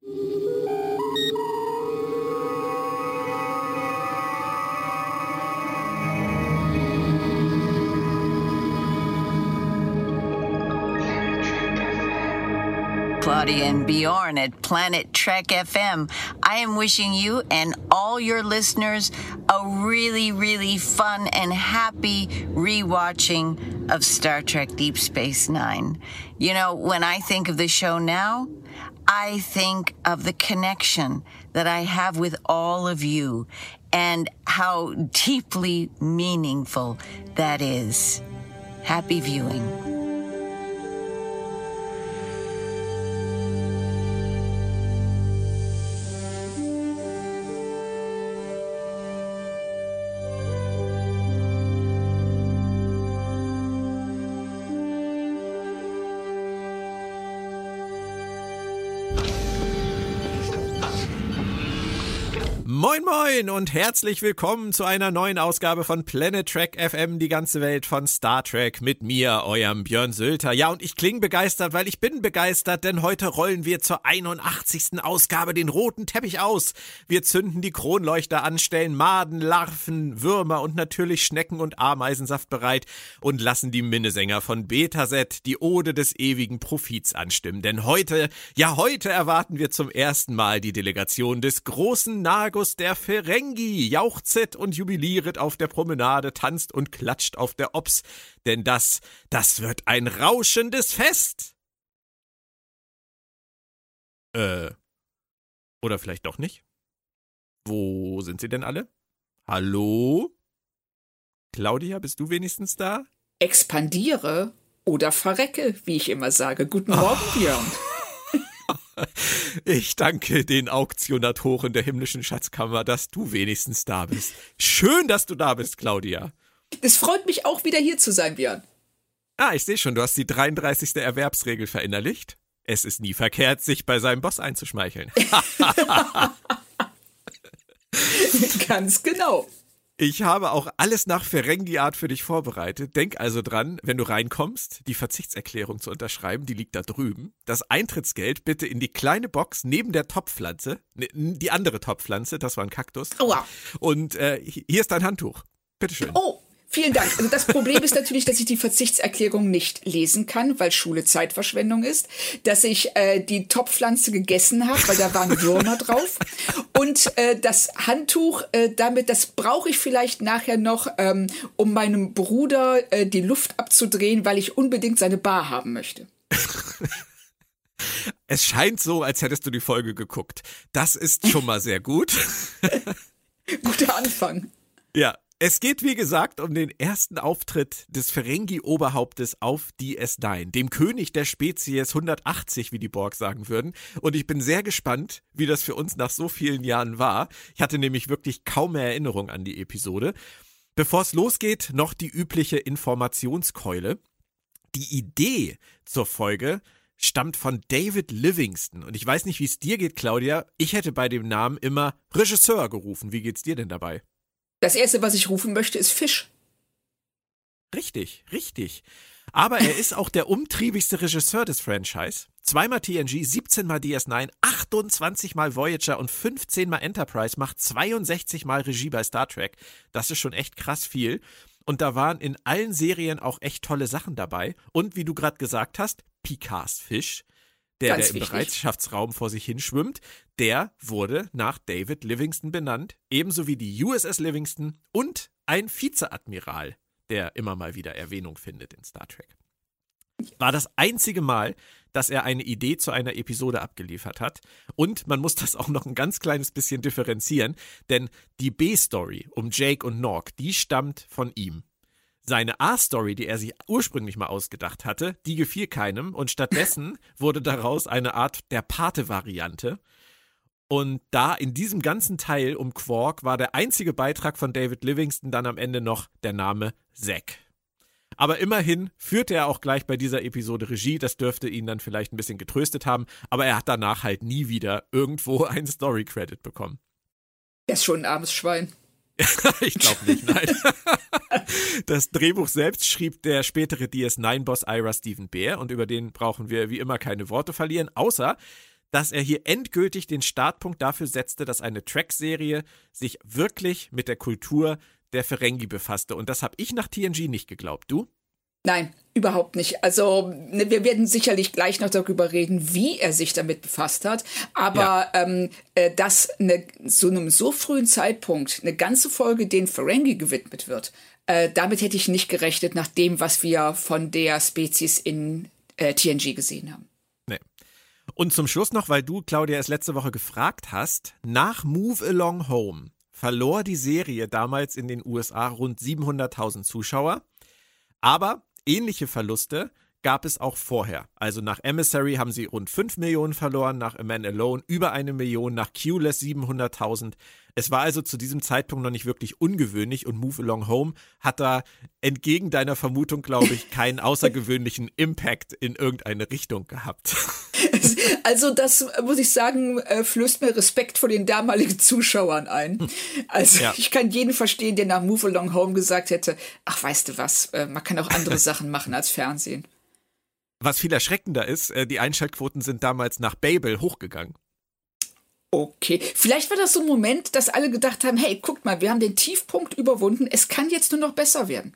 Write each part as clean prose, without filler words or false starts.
Claudia and Bjorn at Planet Trek FM. I am wishing you and all your listeners a really, really fun and happy rewatching of Star Trek Deep Space Nine. You know, when I think of the show now, I think of the connection that I have with all of you and how deeply meaningful that is. Happy viewing. Moin moin und herzlich willkommen zu einer neuen Ausgabe von Planet Trek FM, die ganze Welt von Star Trek mit mir, eurem Björn Sülter. Ja, und ich klinge begeistert, weil ich bin begeistert, denn heute rollen wir zur 81. Ausgabe den roten Teppich aus. Wir zünden die Kronleuchter an, stellen Maden, Larven, Würmer und natürlich Schnecken und Ameisensaft bereit und lassen die Minnesänger von Betaset die Ode des ewigen Profits anstimmen. Denn heute erwarten wir zum ersten Mal die Delegation des großen Nagus der Ferengi, jauchzet und jubiliert auf der Promenade, tanzt und klatscht auf der Ops, denn das wird ein rauschendes Fest. Oder vielleicht doch nicht? Wo sind sie denn alle? Hallo? Claudia, bist du wenigstens da? Expandiere oder verrecke, wie ich immer sage. Guten Morgen, Björn. Ich danke den Auktionatoren der himmlischen Schatzkammer, dass du wenigstens da bist. Schön, dass du da bist, Claudia. Es freut mich auch, wieder hier zu sein, Björn. Ich sehe schon, du hast die 33. Erwerbsregel verinnerlicht. Es ist nie verkehrt, sich bei seinem Boss einzuschmeicheln. Ganz genau. Ich habe auch alles nach Ferengi-Art für dich vorbereitet. Denk also dran, wenn du reinkommst, die Verzichtserklärung zu unterschreiben, die liegt da drüben. Das Eintrittsgeld bitte in die kleine Box neben der Topfpflanze, die andere Topfpflanze, das war ein Kaktus. Aua. Und hier ist dein Handtuch. Bitteschön. Oh, vielen Dank. Also das Problem ist natürlich, dass ich die Verzichtserklärung nicht lesen kann, weil Schule Zeitverschwendung ist, dass ich die Topfpflanze gegessen habe, weil da waren Würmer drauf. Und das Handtuch, das brauche ich vielleicht nachher noch, um meinem Bruder die Luft abzudrehen, weil ich unbedingt seine Bar haben möchte. Es scheint so, als hättest du die Folge geguckt. Das ist schon mal sehr gut. Guter Anfang. Ja. Es geht, wie gesagt, um den ersten Auftritt des Ferengi-Oberhauptes auf DS9, dem König der Spezies 180, wie die Borg sagen würden. Und ich bin sehr gespannt, wie das für uns nach so vielen Jahren war. Ich hatte nämlich wirklich kaum mehr Erinnerung an die Episode. Bevor es losgeht, noch die übliche Informationskeule. Die Idee zur Folge stammt von David Livingston. Und ich weiß nicht, wie es dir geht, Claudia. Ich hätte bei dem Namen immer Regisseur gerufen. Wie geht's dir denn dabei? Das Erste, was ich rufen möchte, ist Fisch. Richtig. Aber er ist auch der umtriebigste Regisseur des Franchise. 2-mal TNG, 17-mal DS9, 28-mal Voyager und 15-mal Enterprise, macht 62-mal Regie bei Star Trek. Das ist schon echt krass viel. Und da waren in allen Serien auch echt tolle Sachen dabei. Und wie du gerade gesagt hast, Picards Fisch, der im Bereitschaftsraum vor sich hinschwimmt, der wurde nach David Livingston benannt, ebenso wie die USS Livingston und ein Vizeadmiral, der immer mal wieder Erwähnung findet in Star Trek. War das einzige Mal, dass er eine Idee zu einer Episode abgeliefert hat. Und man muss das auch noch ein ganz kleines bisschen differenzieren, denn die B-Story um Jake und Nog, die stammt von ihm. Seine A-Story, die er sich ursprünglich mal ausgedacht hatte, die gefiel keinem und stattdessen wurde daraus eine Art der Pate-Variante. Und da in diesem ganzen Teil um Quark war der einzige Beitrag von David Livingston dann am Ende noch der Name Zack. Aber immerhin führte er auch gleich bei dieser Episode Regie, das dürfte ihn dann vielleicht ein bisschen getröstet haben, aber er hat danach halt nie wieder irgendwo einen Story-Credit bekommen. Er ist schon ein armes Schwein. Ich glaube nicht, nein. Das Drehbuch selbst schrieb der spätere DS9-Boss Ira Steven Behr und über den brauchen wir wie immer keine Worte verlieren, außer dass er hier endgültig den Startpunkt dafür setzte, dass eine Trek-Serie sich wirklich mit der Kultur der Ferengi befasste. Und das habe ich nach TNG nicht geglaubt. Du? Nein, überhaupt nicht. Also wir werden sicherlich gleich noch darüber reden, wie er sich damit befasst hat. Aber dass zu einem so frühen Zeitpunkt eine ganze Folge den Ferengi gewidmet wird, damit hätte ich nicht gerechnet, nach dem, was wir von der Spezies in TNG gesehen haben. Nee. Und zum Schluss noch, weil du, Claudia, es letzte Woche gefragt hast, nach Move Along Home verlor die Serie damals in den USA rund 700.000 Zuschauer. Aber ähnliche Verluste gab es auch vorher. Also nach Emissary haben sie rund 5 Millionen verloren, nach A Man Alone über 1 Million, nach Clueless 700.000. Es war also zu diesem Zeitpunkt noch nicht wirklich ungewöhnlich und Move Along Home hat da entgegen deiner Vermutung, glaube ich, keinen außergewöhnlichen Impact in irgendeine Richtung gehabt. Also das, muss ich sagen, flößt mir Respekt vor den damaligen Zuschauern ein. Also Ich kann jeden verstehen, der nach Move Along Home gesagt hätte, ach, weißt du was, man kann auch andere Sachen machen als Fernsehen. Was viel erschreckender ist, die Einschaltquoten sind damals nach Babel hochgegangen. Okay, vielleicht war das so ein Moment, dass alle gedacht haben, hey, guck mal, wir haben den Tiefpunkt überwunden, es kann jetzt nur noch besser werden.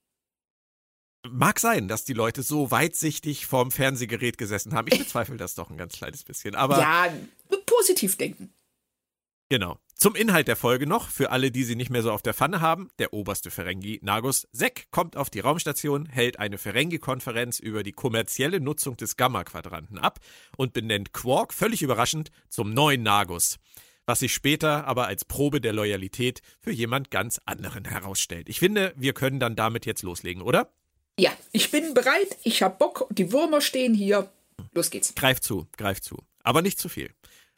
Mag sein, dass die Leute so weitsichtig vorm Fernsehgerät gesessen haben. Ich bezweifle das doch ein ganz kleines bisschen. Aber ja, positiv denken. Genau. Zum Inhalt der Folge noch, für alle, die sie nicht mehr so auf der Pfanne haben, der oberste Ferengi, Nagus Zek, kommt auf die Raumstation, hält eine Ferengi-Konferenz über die kommerzielle Nutzung des Gamma-Quadranten ab und benennt Quark völlig überraschend zum neuen Nagus, was sich später aber als Probe der Loyalität für jemand ganz anderen herausstellt. Ich finde, wir können dann damit jetzt loslegen, oder? Ja, ich bin bereit, ich hab Bock, die Würmer stehen hier, los geht's. Greif zu, aber nicht zu viel.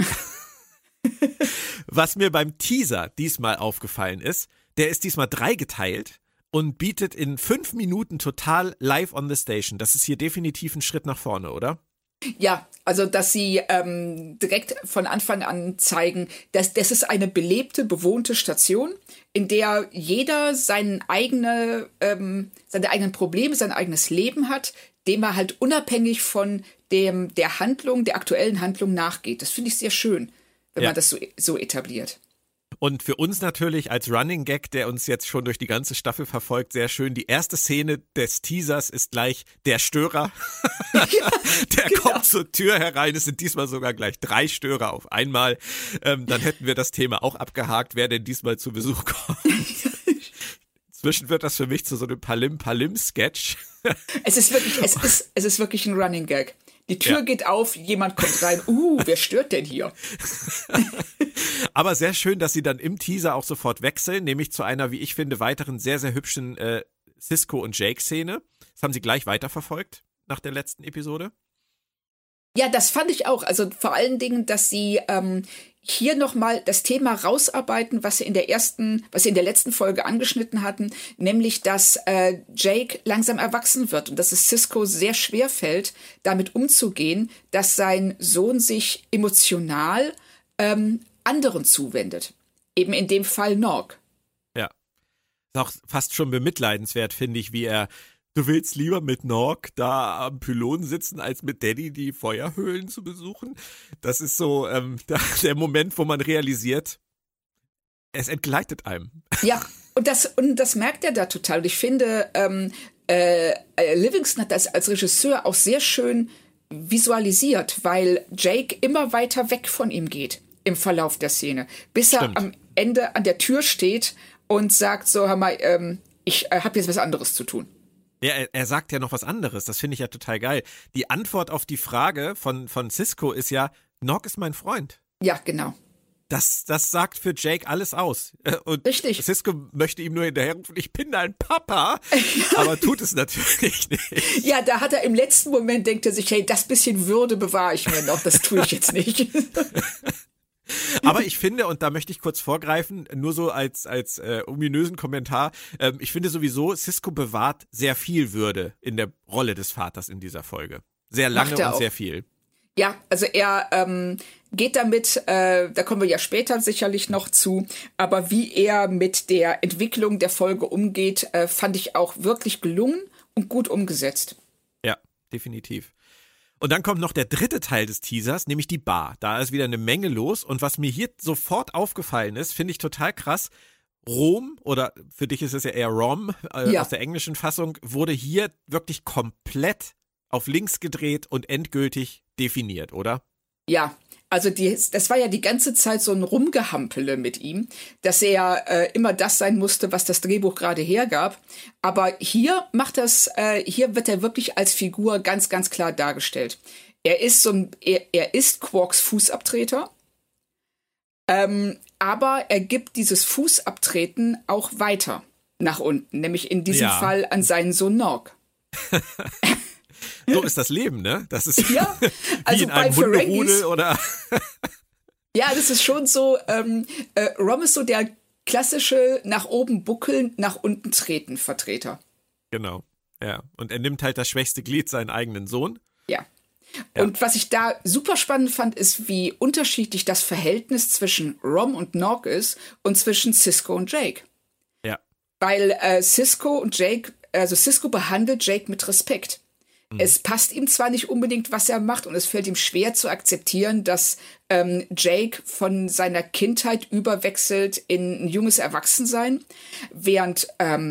Was mir beim Teaser diesmal aufgefallen ist, der ist diesmal dreigeteilt und bietet in 5 Minuten total live on the station. Das ist hier definitiv ein Schritt nach vorne, oder? Ja, also dass sie direkt von Anfang an zeigen, dass das ist eine belebte, bewohnte Station, in der jeder seine eigenen Probleme, sein eigenes Leben hat, dem er halt unabhängig von der aktuellen Handlung nachgeht. Das finde ich sehr schön, wenn man das so etabliert. Und für uns natürlich als Running Gag, der uns jetzt schon durch die ganze Staffel verfolgt, sehr schön. Die erste Szene des Teasers ist gleich der Störer. Der kommt zur Tür herein. Es sind diesmal sogar gleich 3 Störer auf einmal. Dann hätten wir das Thema auch abgehakt, wer denn diesmal zu Besuch kommt. Inzwischen wird das für mich zu so einem Palim-Palim-Sketch. Es ist wirklich ein Running Gag. Die Tür geht auf, jemand kommt rein. Wer stört denn hier? Aber sehr schön, dass sie dann im Teaser auch sofort wechseln, nämlich zu einer, wie ich finde, weiteren sehr, sehr hübschen Sisko und Jake-Szene. Das haben sie gleich weiterverfolgt nach der letzten Episode. Ja, das fand ich auch. Also vor allen Dingen, dass sie hier nochmal das Thema rausarbeiten, was sie in der letzten Folge angeschnitten hatten, nämlich, dass Jake langsam erwachsen wird und dass es Sisko sehr schwer fällt, damit umzugehen, dass sein Sohn sich emotional anderen zuwendet. Eben in dem Fall Nog. Ja. Ist auch fast schon bemitleidenswert, finde ich, wie du willst lieber mit Nog da am Pylon sitzen, als mit Daddy die Feuerhöhlen zu besuchen. Das ist so der Moment, wo man realisiert, es entgleitet einem. Ja, und das merkt er da total. Und ich finde, Livingston hat das als Regisseur auch sehr schön visualisiert, weil Jake immer weiter weg von ihm geht im Verlauf der Szene, bis er am Ende an der Tür steht und sagt so, hör mal, ich habe jetzt was anderes zu tun. Ja, er sagt ja noch was anderes, das finde ich ja total geil. Die Antwort auf die Frage von Sisko ist ja, Nog ist mein Freund. Ja, genau. Das sagt für Jake alles aus. Und richtig. Sisko möchte ihm nur hinterherrufen, ich bin dein Papa, aber tut es natürlich nicht. Ja, da hat er im letzten Moment, denkt er sich, hey, das bisschen Würde bewahre ich mir noch, das tue ich jetzt nicht. Aber ich finde, und da möchte ich kurz vorgreifen, nur so als ominösen Kommentar, ich finde sowieso, Sisko bewahrt sehr viel Würde in der Rolle des Vaters in dieser Folge. Sehr lange und sehr viel. Ja, also er geht damit, da kommen wir ja später sicherlich noch zu, aber wie er mit der Entwicklung der Folge umgeht, fand ich auch wirklich gelungen und gut umgesetzt. Ja, definitiv. Und dann kommt noch der dritte Teil des Teasers, nämlich die Bar. Da ist wieder eine Menge los. Und was mir hier sofort aufgefallen ist, finde ich total krass. Rom, oder für dich ist es ja eher Rom, aus der englischen Fassung, wurde hier wirklich komplett auf links gedreht und endgültig definiert, oder? Ja, also das war ja die ganze Zeit so ein Rumgehampele mit ihm, dass er immer das sein musste, was das Drehbuch gerade hergab. Aber hier hier wird er wirklich als Figur ganz, ganz klar dargestellt. Er ist Quarks Fußabtreter, aber er gibt dieses Fußabtreten auch weiter nach unten, nämlich in diesem Fall an seinen Sohn Nog. So ist das Leben, ne? Das ist ja, wie in einem Hunderudel oder. Ja, das ist schon so. Rom ist so der klassische nach oben buckeln, nach unten treten Vertreter. Genau, ja. Und er nimmt halt das schwächste Glied, seinen eigenen Sohn. Ja. Und was ich da super spannend fand, ist, wie unterschiedlich das Verhältnis zwischen Rom und Nog ist und zwischen Sisko und Jake. Ja. Weil Sisko behandelt Jake mit Respekt. Es passt ihm zwar nicht unbedingt, was er macht, und es fällt ihm schwer zu akzeptieren, dass Jake von seiner Kindheit überwechselt in ein junges Erwachsensein, während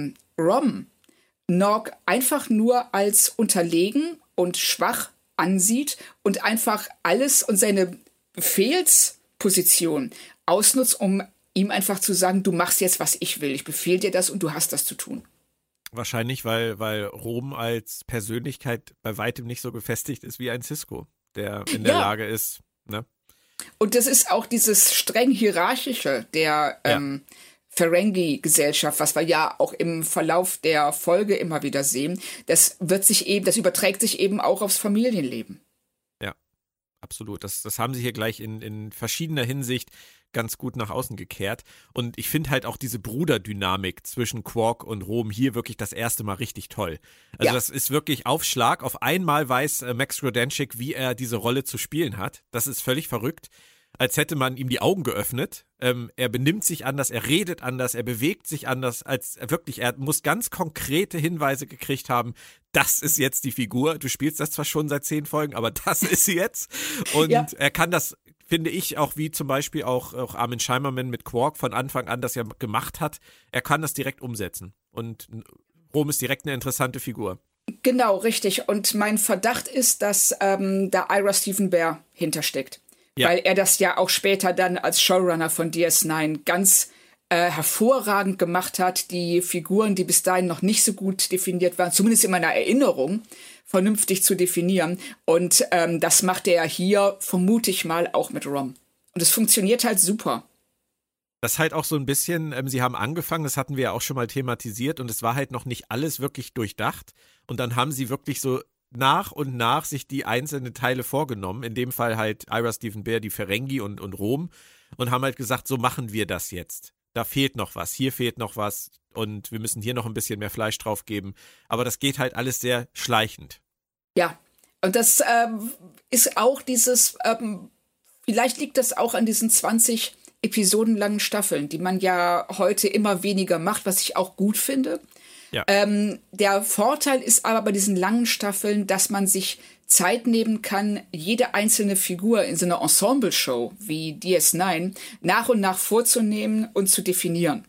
Rom Nog einfach nur als unterlegen und schwach ansieht und einfach alles und seine Befehlsposition ausnutzt, um ihm einfach zu sagen, du machst jetzt, was ich will, ich befehle dir das und du hast das zu tun. Wahrscheinlich, weil Rom als Persönlichkeit bei weitem nicht so gefestigt ist wie ein Sisko, der in der Lage ist, ne? Und das ist auch dieses streng hierarchische der Ferengi-Gesellschaft, was wir ja auch im Verlauf der Folge immer wieder sehen. Das überträgt sich eben auch aufs Familienleben. Ja, absolut. Das haben sie hier gleich in verschiedener Hinsicht ganz gut nach außen gekehrt. Und ich finde halt auch diese Bruderdynamik zwischen Quark und Rom hier wirklich das erste Mal richtig toll. Also das ist wirklich auf Schlag. Auf einmal weiß Max Grodenchik, wie er diese Rolle zu spielen hat. Das ist völlig verrückt. Als hätte man ihm die Augen geöffnet. Er benimmt sich anders, er redet anders, er bewegt sich anders, er muss ganz konkrete Hinweise gekriegt haben, das ist jetzt die Figur. Du spielst das zwar schon seit 10 Folgen, aber das ist sie jetzt. Und er kann das, finde ich, auch wie zum Beispiel auch Armin Shimmerman mit Quark von Anfang an das ja gemacht hat. Er kann das direkt umsetzen. Und Rom ist direkt eine interessante Figur. Genau, richtig. Und mein Verdacht ist, dass da Ira Steven Behr hintersteckt. Ja. Weil er das ja auch später dann als Showrunner von DS9 ganz hervorragend gemacht hat, die Figuren, die bis dahin noch nicht so gut definiert waren, zumindest in meiner Erinnerung, vernünftig zu definieren. Und das macht er hier, vermute ich mal, auch mit Rom. Und es funktioniert halt super. Das halt auch so ein bisschen, sie haben angefangen, das hatten wir ja auch schon mal thematisiert, und es war halt noch nicht alles wirklich durchdacht. Und dann haben sie wirklich so nach und nach sich die einzelnen Teile vorgenommen, in dem Fall halt Ira Steven Behr, die Ferengi und Rom, und haben halt gesagt, so machen wir das jetzt. Da fehlt noch was, hier fehlt noch was und wir müssen hier noch ein bisschen mehr Fleisch drauf geben. Aber das geht halt alles sehr schleichend. Ja, und das ist auch dieses, vielleicht liegt das auch an diesen 20 episodenlangen Staffeln, die man ja heute immer weniger macht, was ich auch gut finde. Ja. Der Vorteil ist aber bei diesen langen Staffeln, dass man sich Zeit nehmen kann, jede einzelne Figur in so einer Ensemble-Show wie DS9 nach und nach vorzunehmen und zu definieren.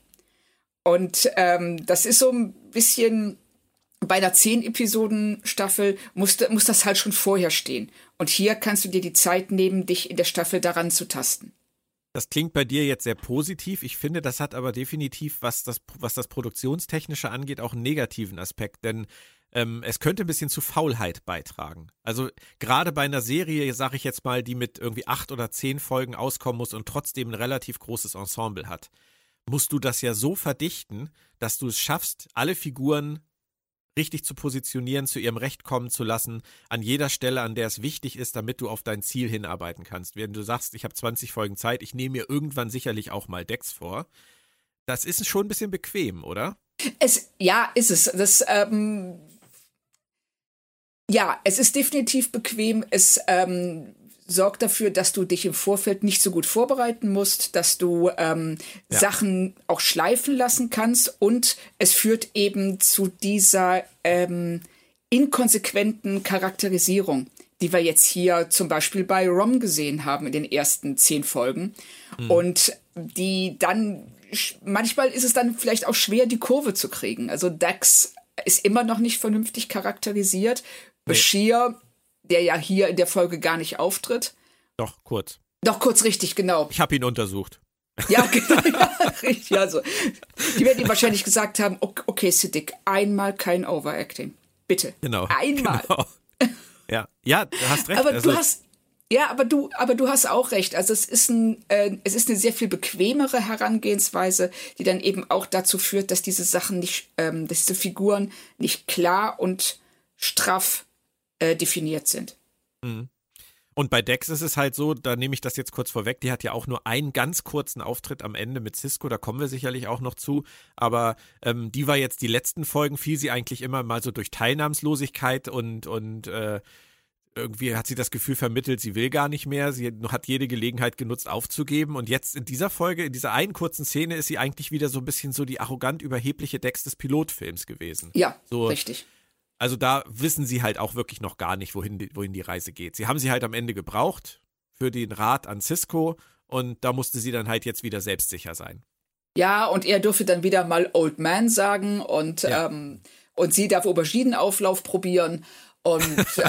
Und das ist so ein bisschen, bei einer 10-Episoden-Staffel muss das halt schon vorher stehen. Und hier kannst du dir die Zeit nehmen, dich in der Staffel daran zu tasten. Das klingt bei dir jetzt sehr positiv. Ich finde, das hat aber definitiv, was das Produktionstechnische angeht, auch einen negativen Aspekt. Denn es könnte ein bisschen zu Faulheit beitragen. Also gerade bei einer Serie, sage ich jetzt mal, die mit irgendwie 8 oder 10 Folgen auskommen muss und trotzdem ein relativ großes Ensemble hat, musst du das ja so verdichten, dass du es schaffst, alle Figuren richtig zu positionieren, zu ihrem Recht kommen zu lassen, an jeder Stelle, an der es wichtig ist, damit du auf dein Ziel hinarbeiten kannst. Wenn du sagst, ich habe 20 Folgen Zeit, ich nehme mir irgendwann sicherlich auch mal Decks vor, das ist schon ein bisschen bequem, oder? Ist es. Es ist definitiv bequem. Es sorgt dafür, dass du dich im Vorfeld nicht so gut vorbereiten musst, dass du Sachen auch schleifen lassen kannst, und es führt eben zu dieser inkonsequenten Charakterisierung, die wir jetzt hier zum Beispiel bei Rom gesehen haben in den ersten 10 Folgen. Und die dann, manchmal ist es dann vielleicht auch schwer, die Kurve zu kriegen. Also Dax ist immer noch nicht vernünftig charakterisiert. Bashir, der ja hier in der Folge gar nicht auftritt. Doch, kurz. Doch, kurz, richtig, genau. Ich habe ihn untersucht. Ja, genau, ja, richtig. Also, die werden ihm wahrscheinlich gesagt haben, okay, Siddiq, einmal kein Overacting. Bitte. Genau. Einmal. Genau. Ja, du hast recht. Aber du hast auch recht. Also es ist eine sehr viel bequemere Herangehensweise, die dann eben auch dazu führt, dass diese Sachen nicht, dass diese Figuren nicht klar und straff definiert sind. Mhm. Und bei Dex ist es halt so, da nehme ich das jetzt kurz vorweg, die hat ja auch nur einen ganz kurzen Auftritt am Ende mit Sisko, da kommen wir sicherlich auch noch zu, aber die war jetzt die letzten Folgen, fiel sie eigentlich immer mal so durch Teilnahmslosigkeit und irgendwie hat sie das Gefühl vermittelt, sie will gar nicht mehr, sie hat jede Gelegenheit genutzt aufzugeben und jetzt in dieser Folge, in dieser einen kurzen Szene ist sie eigentlich wieder so ein bisschen so die arrogant überhebliche Dex des Pilotfilms gewesen. Ja, so, richtig. Also da wissen sie halt auch wirklich noch gar nicht, wohin die Reise geht. Sie haben sie halt am Ende gebraucht für den Rat an Sisko und da musste sie dann halt jetzt wieder selbstsicher sein. Ja, und er durfte dann wieder mal Old Man sagen und sie darf Auberginenauflauf probieren und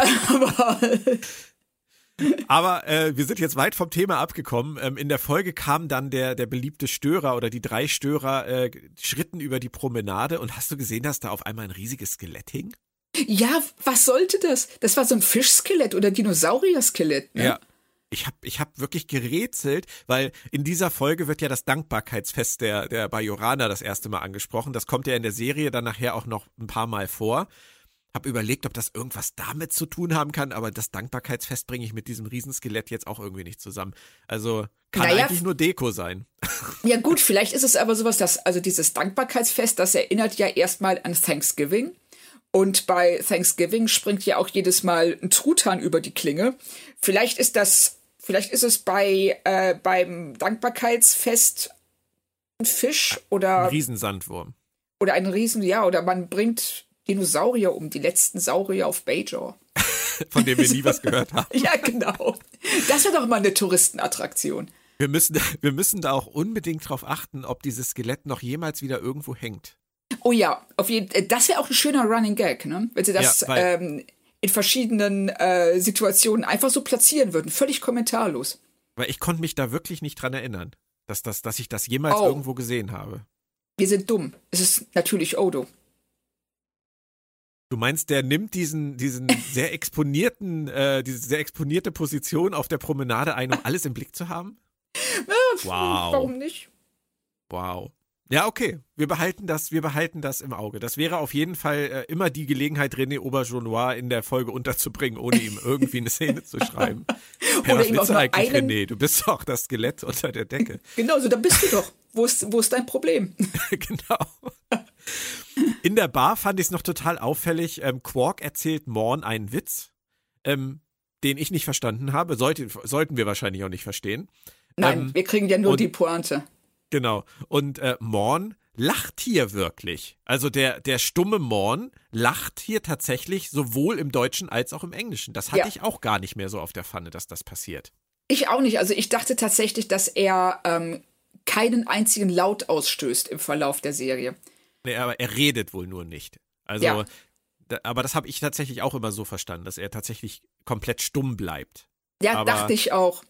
Aber wir sind jetzt weit vom Thema abgekommen. In der Folge kam dann der beliebte Störer oder die 3 Störer schritten über die Promenade und hast du gesehen, dass da auf einmal ein riesiges Skelett hing? Ja, was sollte das? Das war so ein Fischskelett oder Dinosaurier-Skelett. Ne? Ja. Ich hab wirklich gerätselt, weil in dieser Folge wird ja das Dankbarkeitsfest der Bajoraner das erste Mal angesprochen. Das kommt ja in der Serie dann nachher auch noch ein paar Mal vor. Hab überlegt, ob das irgendwas damit zu tun haben kann, aber das Dankbarkeitsfest bringe ich mit diesem Riesenskelett jetzt auch irgendwie nicht zusammen. Also kann eigentlich nur Deko sein. Ja gut, vielleicht ist es aber sowas, also dieses Dankbarkeitsfest, das erinnert ja erstmal an Thanksgiving. Und bei Thanksgiving springt ja auch jedes Mal ein Truthahn über die Klinge. Vielleicht ist es beim Dankbarkeitsfest ein Fisch oder ein Riesensandwurm. Oder ein oder man bringt Dinosaurier die letzten Saurier auf Bajor. Von dem wir nie was gehört haben. Ja, genau. Das wäre doch mal eine Touristenattraktion. Wir müssen da auch unbedingt drauf achten, ob dieses Skelett noch jemals wieder irgendwo hängt. Oh ja, das wäre auch ein schöner Running Gag, ne? Wenn sie das in verschiedenen Situationen einfach so platzieren würden, völlig kommentarlos. Weil ich konnte mich da wirklich nicht dran erinnern, dass ich das jemals irgendwo gesehen habe. Wir sind dumm. Es ist natürlich Odo. Du meinst, der nimmt diesen sehr exponierten, diese sehr exponierte Position auf der Promenade ein, um alles im Blick zu haben? Ja, wow. Warum nicht? Wow. Ja, okay. Wir behalten das im Auge. Das wäre auf jeden Fall immer die Gelegenheit, René Auberjonois in der Folge unterzubringen, ohne ihm irgendwie eine Szene zu schreiben. Ja, was willst du eigentlich, René? Du bist doch das Skelett unter der Decke. Genau, so da bist du doch. Wo ist dein Problem? Genau. In der Bar fand ich es noch total auffällig. Quark erzählt Morn einen Witz, den ich nicht verstanden habe. Sollten wir wahrscheinlich auch nicht verstehen. Nein, wir kriegen ja nur die Pointe. Genau. Und Morn lacht hier wirklich. Also der stumme Morn lacht hier tatsächlich sowohl im Deutschen als auch im Englischen. Das hatte ich auch gar nicht mehr so auf der Pfanne, dass das passiert. Ich auch nicht. Also ich dachte tatsächlich, dass er keinen einzigen Laut ausstößt im Verlauf der Serie. Nee, aber er redet wohl nur nicht. Also, aber das habe ich tatsächlich auch immer so verstanden, dass er tatsächlich komplett stumm bleibt. Ja, aber, dachte ich auch.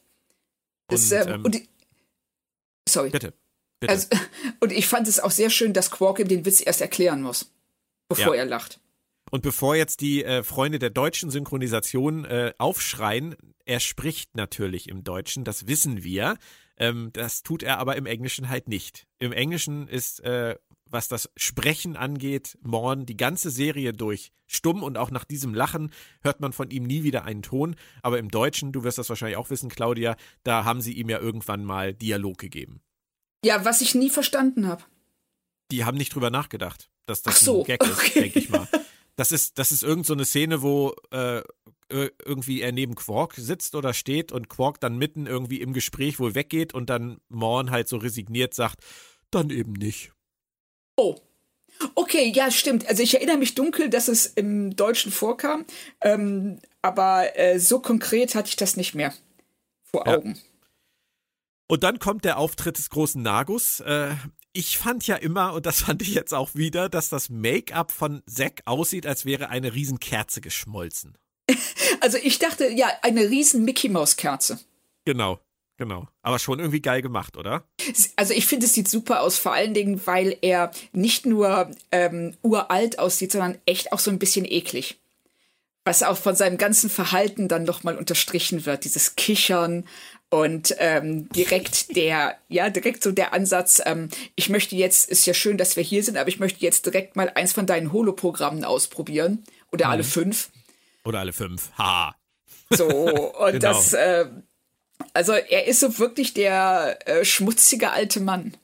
Sorry. Bitte. Also, und ich fand es auch sehr schön, dass Quark ihm den Witz erst erklären muss, bevor er lacht. Und bevor jetzt die Freunde der deutschen Synchronisation aufschreien, er spricht natürlich im Deutschen, das wissen wir. Das tut er aber im Englischen halt nicht. Im Englischen ist, was das Sprechen angeht, Morn die ganze Serie durch stumm und auch nach diesem Lachen hört man von ihm nie wieder einen Ton. Aber im Deutschen, du wirst das wahrscheinlich auch wissen, Claudia, da haben sie ihm ja irgendwann mal Dialog gegeben. Ja, was ich nie verstanden habe. Die haben nicht drüber nachgedacht, dass das ein Gag ist, denke ich mal. Das ist irgend so eine Szene, wo irgendwie er neben Quark sitzt oder steht und Quark dann mitten irgendwie im Gespräch wohl weggeht und dann Morn halt so resigniert sagt, dann eben nicht. Oh, okay, ja, stimmt. Also ich erinnere mich dunkel, dass es im Deutschen vorkam. aber so konkret hatte ich das nicht mehr vor Augen. Und dann kommt der Auftritt des großen Nagus. Ich fand ja immer, und das fand ich jetzt auch wieder, dass das Make-up von Zack aussieht, als wäre eine Riesenkerze geschmolzen. Also ich dachte, ja, eine riesen Mickey-Maus-Kerze. Genau. Aber schon irgendwie geil gemacht, oder? Also ich finde, es sieht super aus, vor allen Dingen, weil er nicht nur uralt aussieht, sondern echt auch so ein bisschen eklig. Was auch von seinem ganzen Verhalten dann nochmal unterstrichen wird, dieses Kichern und direkt so der Ansatz, ich möchte jetzt, ist ja schön, dass wir hier sind, aber ich möchte jetzt direkt mal eins von deinen Holoprogrammen ausprobieren. Oder alle 5. Oder alle 5, haha. So, und genau. das, also er ist so wirklich der schmutzige alte Mann.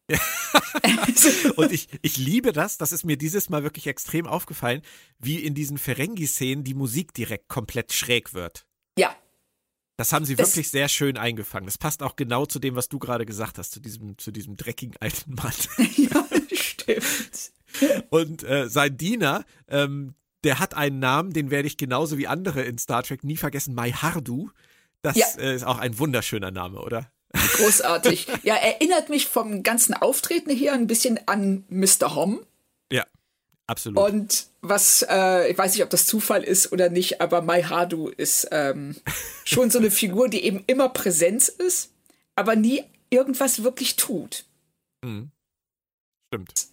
Und ich liebe das ist mir dieses Mal wirklich extrem aufgefallen, wie in diesen Ferengi-Szenen die Musik direkt komplett schräg wird. Ja. Das haben sie wirklich sehr schön eingefangen. Das passt auch genau zu dem, was du gerade gesagt hast, zu diesem dreckigen alten Mann. Ja, stimmt. Und sein Diener, der hat einen Namen, den werde ich genauso wie andere in Star Trek nie vergessen, Maihardu. Das ist auch ein wunderschöner Name, oder? Großartig. Ja, erinnert mich vom ganzen Auftreten her ein bisschen an Mr. Hom. Ja, absolut. Und was, ich weiß nicht, ob das Zufall ist oder nicht, aber Maihardu ist schon so eine Figur, die eben immer Präsenz ist, aber nie irgendwas wirklich tut. Mhm. Stimmt.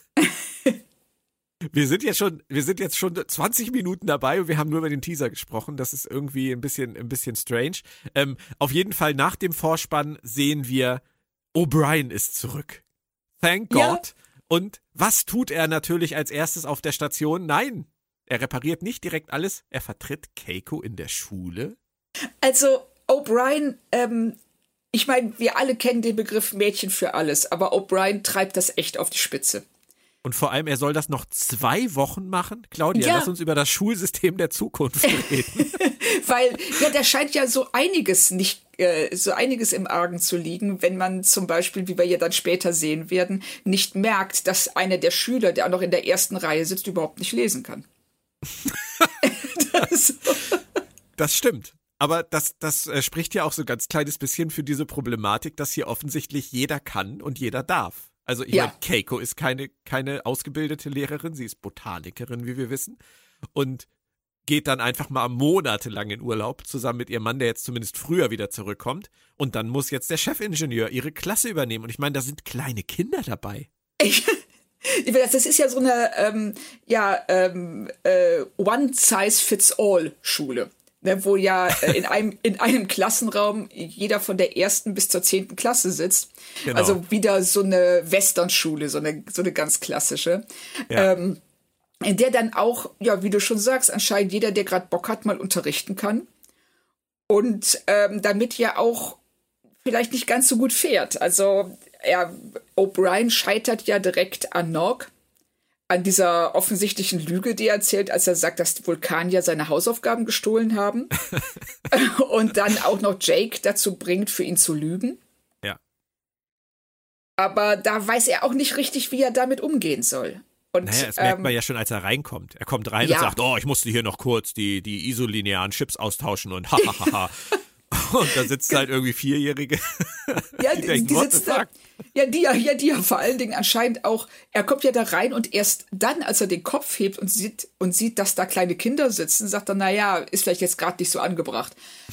Wir sind jetzt schon 20 Minuten dabei und wir haben nur über den Teaser gesprochen. Das ist irgendwie ein bisschen strange. Auf jeden Fall nach dem Vorspann sehen wir, O'Brien ist zurück. Thank God. Ja. Und was tut er natürlich als erstes auf der Station? Nein, er repariert nicht direkt alles. Er vertritt Keiko in der Schule. Also O'Brien, ich meine, wir alle kennen den Begriff Mädchen für alles, aber O'Brien treibt das echt auf die Spitze. Und vor allem, er soll das noch 2 Wochen machen? Claudia, lass uns über das Schulsystem der Zukunft reden. Weil, ja, da scheint ja so einiges im Argen zu liegen, wenn man zum Beispiel, wie wir ja dann später sehen werden, nicht merkt, dass einer der Schüler, der auch noch in der ersten Reihe sitzt, überhaupt nicht lesen kann. Das stimmt. Aber das spricht ja auch so ein ganz kleines bisschen für diese Problematik, dass hier offensichtlich jeder kann und jeder darf. Also ich meine, Keiko ist keine ausgebildete Lehrerin, sie ist Botanikerin, wie wir wissen, und geht dann einfach mal monatelang in Urlaub, zusammen mit ihrem Mann, der jetzt zumindest früher wieder zurückkommt, und dann muss jetzt der Chefingenieur ihre Klasse übernehmen. Und ich meine, da sind kleine Kinder dabei. Das ist ja so eine One-Size-Fits-All-Schule. Ne, wo ja in einem Klassenraum jeder von der 1. bis zur 10. Klasse sitzt. Genau. Also wieder so eine Westernschule, so eine ganz klassische. Ja. In der dann auch, ja, wie du schon sagst, anscheinend jeder, der gerade Bock hat, mal unterrichten kann. Und damit ja auch vielleicht nicht ganz so gut fährt. Also O'Brien scheitert ja direkt an Nog. An dieser offensichtlichen Lüge, die er erzählt, als er sagt, dass die Vulkanier seine Hausaufgaben gestohlen haben. Und dann auch noch Jake dazu bringt, für ihn zu lügen. Ja. Aber da weiß er auch nicht richtig, wie er damit umgehen soll. Und, das merkt man ja schon, als er reinkommt. Er kommt rein und sagt, ich musste hier noch kurz die isolinearen Chips austauschen und hahaha. Und da sitzt halt irgendwie Vierjährige. Ja, die sitzen da. Ja, die ja vor allen Dingen anscheinend auch, er kommt ja da rein und erst dann, als er den Kopf hebt und sieht, dass da kleine Kinder sitzen, sagt er, naja, ist vielleicht jetzt gerade nicht so angebracht.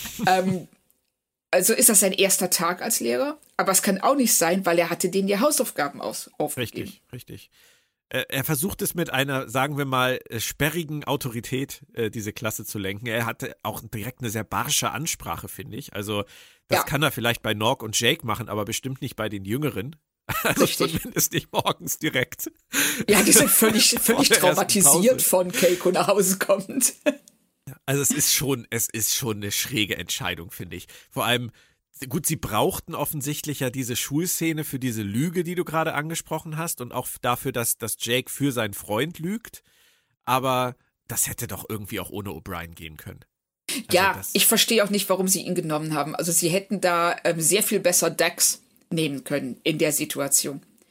Also ist das sein erster Tag als Lehrer? Aber es kann auch nicht sein, weil er hatte denen ja Hausaufgaben aufgegeben. Richtig. Er versucht es mit einer, sagen wir mal, sperrigen Autorität, diese Klasse zu lenken. Er hatte auch direkt eine sehr barsche Ansprache, finde ich. Also das kann er vielleicht bei Nog und Jake machen, aber bestimmt nicht bei den Jüngeren. Also zumindest nicht morgens direkt. Ja, die sind völlig traumatisiert von Keiko nach Hause kommt. Also es ist schon eine schräge Entscheidung, finde ich. Vor allem, gut, sie brauchten offensichtlich ja diese Schulszene für diese Lüge, die du gerade angesprochen hast, und auch dafür, dass Jake für seinen Freund lügt. Aber das hätte doch irgendwie auch ohne O'Brien gehen können. Also ich verstehe auch nicht, warum sie ihn genommen haben. Also sie hätten da sehr viel besser Dax nehmen können in der Situation.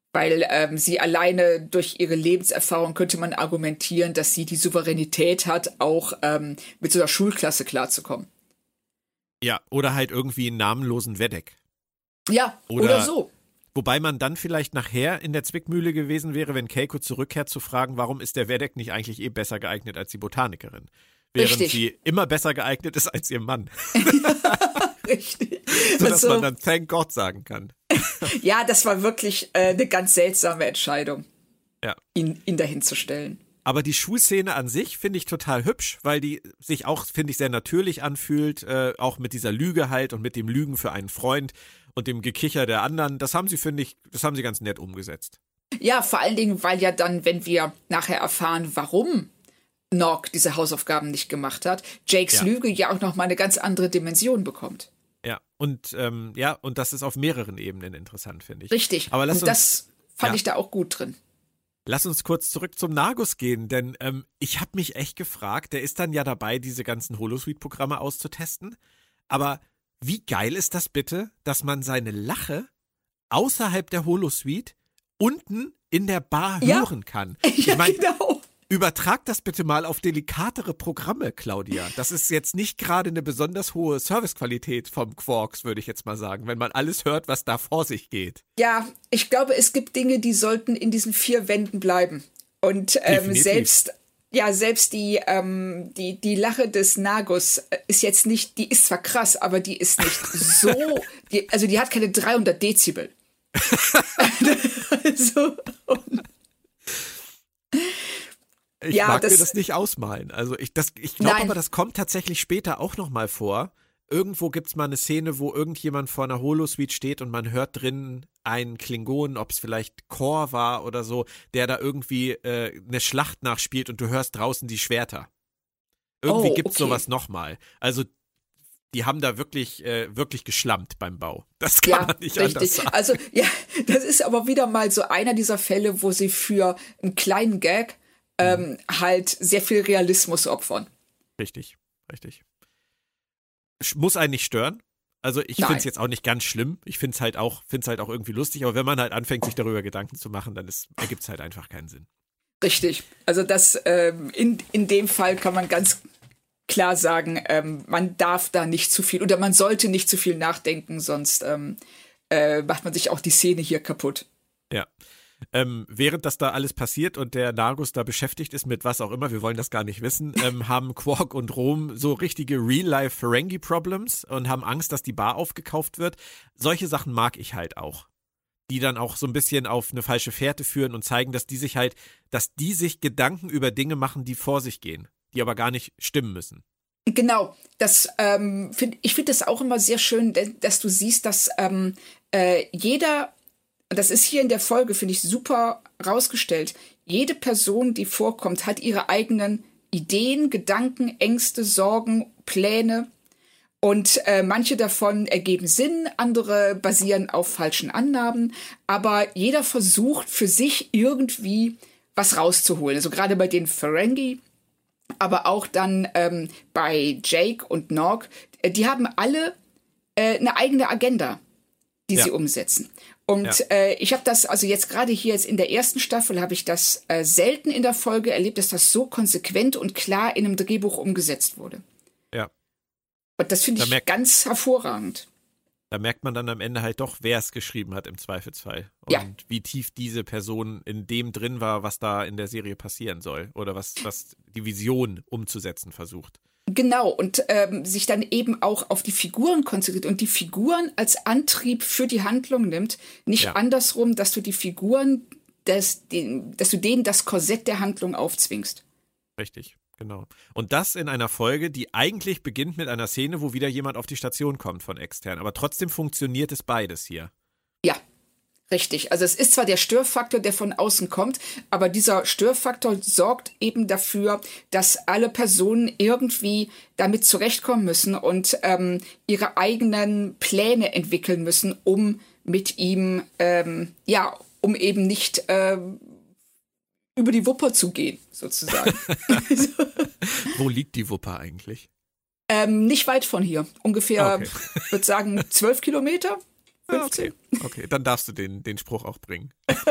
Weil sie alleine durch ihre Lebenserfahrung könnte man argumentieren, dass sie die Souveränität hat, auch mit so einer Schulklasse klarzukommen. Ja, oder halt irgendwie einen namenlosen Wedek. Ja, oder so. Wobei man dann vielleicht nachher in der Zwickmühle gewesen wäre, wenn Keiko zurückkehrt, zu fragen, warum ist der Wedek nicht eigentlich besser geeignet als die Botanikerin? Während sie immer besser geeignet ist als ihr Mann. Richtig. Sodass man dann Thank God sagen kann. Ja, das war wirklich eine ganz seltsame Entscheidung, ihn dahin zu stellen. Aber die Schulszene an sich finde ich total hübsch, weil die sich auch, finde ich, sehr natürlich anfühlt, auch mit dieser Lüge halt und mit dem Lügen für einen Freund und dem Gekicher der anderen. Das haben sie, finde ich, ganz nett umgesetzt. Ja, vor allen Dingen, weil ja dann, wenn wir nachher erfahren, warum Nog diese Hausaufgaben nicht gemacht hat, Jakes Lüge ja auch nochmal eine ganz andere Dimension bekommt. Ja, und das ist auf mehreren Ebenen interessant, finde ich. Richtig, aber das fand ich da auch gut drin. Lass uns kurz zurück zum Nagus gehen, denn ich habe mich echt gefragt, der ist dann ja dabei, diese ganzen Holosuite-Programme auszutesten, aber wie geil ist das bitte, dass man seine Lache außerhalb der Holosuite unten in der Bar hören kann? Ich meine, genau. Übertrag das bitte mal auf delikatere Programme, Claudia. Das ist jetzt nicht gerade eine besonders hohe Servicequalität vom Quarks, würde ich jetzt mal sagen, wenn man alles hört, was da vor sich geht. Ja, ich glaube, es gibt Dinge, die sollten in diesen 4 Wänden bleiben. Und selbst die Lache des Nagus ist jetzt nicht, die ist zwar krass, aber die ist nicht so, die hat keine 300 Dezibel. Ich mag mir das nicht ausmalen. Also ich glaube aber, das kommt tatsächlich später auch nochmal vor. Irgendwo gibt es mal eine Szene, wo irgendjemand vor einer Holosuite steht und man hört drinnen einen Klingonen, ob es vielleicht Kor war oder so, der da irgendwie eine Schlacht nachspielt und du hörst draußen die Schwerter. Irgendwie gibt es sowas nochmal. Also die haben da wirklich geschlammt beim Bau. Das kann man nicht anders sagen. Also das ist aber wieder mal so einer dieser Fälle, wo sie für einen kleinen Gag halt sehr viel Realismus opfern. Richtig. Muss einen nicht stören. Also ich finde es jetzt auch nicht ganz schlimm. Ich finde es halt auch irgendwie lustig, aber wenn man halt anfängt, sich darüber Gedanken zu machen, dann ergibt es halt einfach keinen Sinn. Richtig. Also das in dem Fall kann man ganz klar sagen, man darf da nicht zu viel oder man sollte nicht zu viel nachdenken, sonst macht man sich auch die Szene hier kaputt. Ja. Während das da alles passiert und der Nagus da beschäftigt ist mit was auch immer, wir wollen das gar nicht wissen, haben Quark und Rom so richtige Real-Life-Ferengi-Problems und haben Angst, dass die Bar aufgekauft wird. Solche Sachen mag ich halt auch. Die dann auch so ein bisschen auf eine falsche Fährte führen und zeigen, dass die sich Gedanken über Dinge machen, die vor sich gehen, die aber gar nicht stimmen müssen. Genau, ich finde das auch immer sehr schön, dass du siehst, dass jeder. Und das ist hier in der Folge, finde ich, super rausgestellt. Jede Person, die vorkommt, hat ihre eigenen Ideen, Gedanken, Ängste, Sorgen, Pläne. Und manche davon ergeben Sinn, andere basieren auf falschen Annahmen. Aber jeder versucht für sich irgendwie was rauszuholen. Also gerade bei den Ferengi, aber auch dann bei Jake und Nog. Die haben alle eine eigene Agenda, die sie umsetzen. Und ich habe das, also jetzt gerade hier jetzt in der ersten Staffel habe ich das selten in der Folge erlebt, dass das so konsequent und klar in einem Drehbuch umgesetzt wurde. Ja. Und das finde ich ganz hervorragend. Da merkt man dann am Ende halt doch, wer es geschrieben hat im Zweifelsfall. Und wie tief diese Person in dem drin war, was da in der Serie passieren soll. Oder was die Vision umzusetzen versucht. Genau, und sich dann eben auch auf die Figuren konzentriert und die Figuren als Antrieb für die Handlung nimmt. Nicht andersrum, dass du die Figuren, dass du denen das Korsett der Handlung aufzwingst. Richtig, genau. Und das in einer Folge, die eigentlich beginnt mit einer Szene, wo wieder jemand auf die Station kommt von extern. Aber trotzdem funktioniert es beides hier. Ja. Richtig, also es ist zwar der Störfaktor, der von außen kommt, aber dieser Störfaktor sorgt eben dafür, dass alle Personen irgendwie damit zurechtkommen müssen und ihre eigenen Pläne entwickeln müssen, um mit ihm, um eben nicht über die Wupper zu gehen, sozusagen. Wo liegt die Wupper eigentlich? Nicht weit von hier, ungefähr, würde sagen, 12 Kilometer. 15. Okay, dann darfst du den Spruch auch bringen.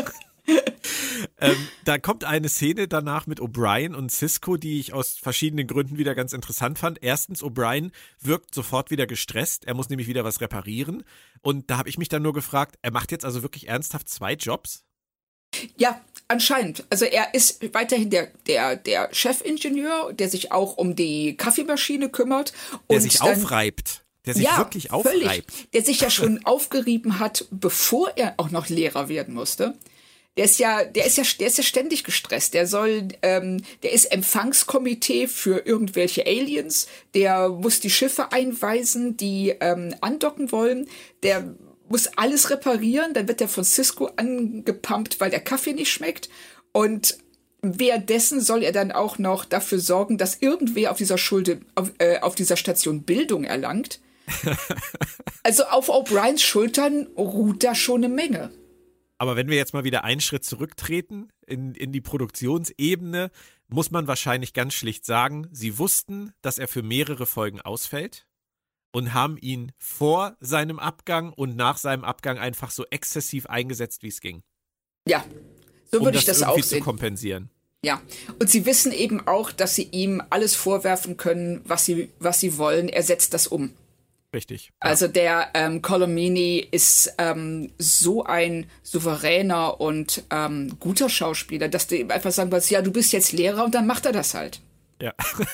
Da kommt eine Szene danach mit O'Brien und Sisko, die ich aus verschiedenen Gründen wieder ganz interessant fand. Erstens, O'Brien wirkt sofort wieder gestresst. Er muss nämlich wieder was reparieren. Und da habe ich mich dann nur gefragt, er macht jetzt also wirklich ernsthaft 2 Jobs? Ja, anscheinend. Also er ist weiterhin der Chefingenieur, der sich auch um die Kaffeemaschine kümmert. Der sich aufreibt. Der sich wirklich aufreibt. Völlig. Der sich ja schon aufgerieben hat, bevor er auch noch Lehrer werden musste. Der ist ja ständig gestresst. Der ist Empfangskomitee für irgendwelche Aliens. Der muss die Schiffe einweisen, die andocken wollen. Der muss alles reparieren. Dann wird er von Sisko angepumpt, weil der Kaffee nicht schmeckt. Und währenddessen soll er dann auch noch dafür sorgen, dass irgendwer auf dieser Station Bildung erlangt. Also auf O'Briens Schultern ruht da schon eine Menge. Aber wenn wir jetzt mal wieder einen Schritt zurücktreten in die Produktionsebene, muss man wahrscheinlich ganz schlicht sagen, sie wussten, dass er für mehrere Folgen ausfällt und haben ihn vor seinem Abgang und nach seinem Abgang einfach so exzessiv eingesetzt, wie es ging. Ja, so würde ich das auch sehen. Um das irgendwie zu kompensieren. Ja, und sie wissen eben auch, dass sie ihm alles vorwerfen können, was sie wollen. Er setzt das um. Richtig. Ja. Also der Colomini ist so ein souveräner und guter Schauspieler, dass du ihm einfach sagen willst, ja, du bist jetzt Lehrer und dann macht er das halt. Ja.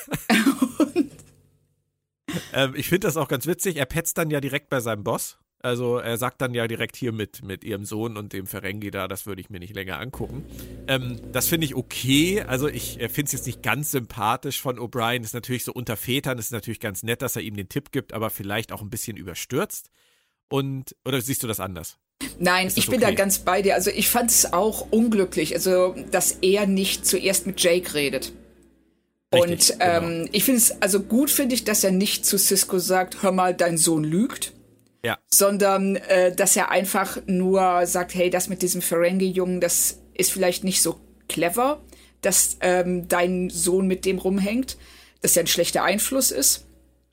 Ich finde das auch ganz witzig. Er petzt dann ja direkt bei seinem Boss. Also er sagt dann ja direkt hier mit ihrem Sohn und dem Ferengi da, das würde ich mir nicht länger angucken. Das finde ich okay. Also ich finde es jetzt nicht ganz sympathisch von O'Brien. Ist natürlich so unter Vätern, ist natürlich ganz nett, dass er ihm den Tipp gibt, aber vielleicht auch ein bisschen überstürzt. Oder siehst du das anders? Nein, ich bin da ganz bei dir. Also ich fand es auch unglücklich, also dass er nicht zuerst mit Jake redet. Richtig, und genau. Ich finde es, also gut finde ich, dass er nicht zu Sisko sagt, hör mal, dein Sohn lügt. Ja. Sondern, dass er einfach nur sagt, hey, das mit diesem Ferengi-Jungen, das ist vielleicht nicht so clever, dass dein Sohn mit dem rumhängt, dass er ein schlechter Einfluss ist.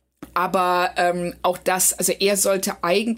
Aber auch das, also er sollte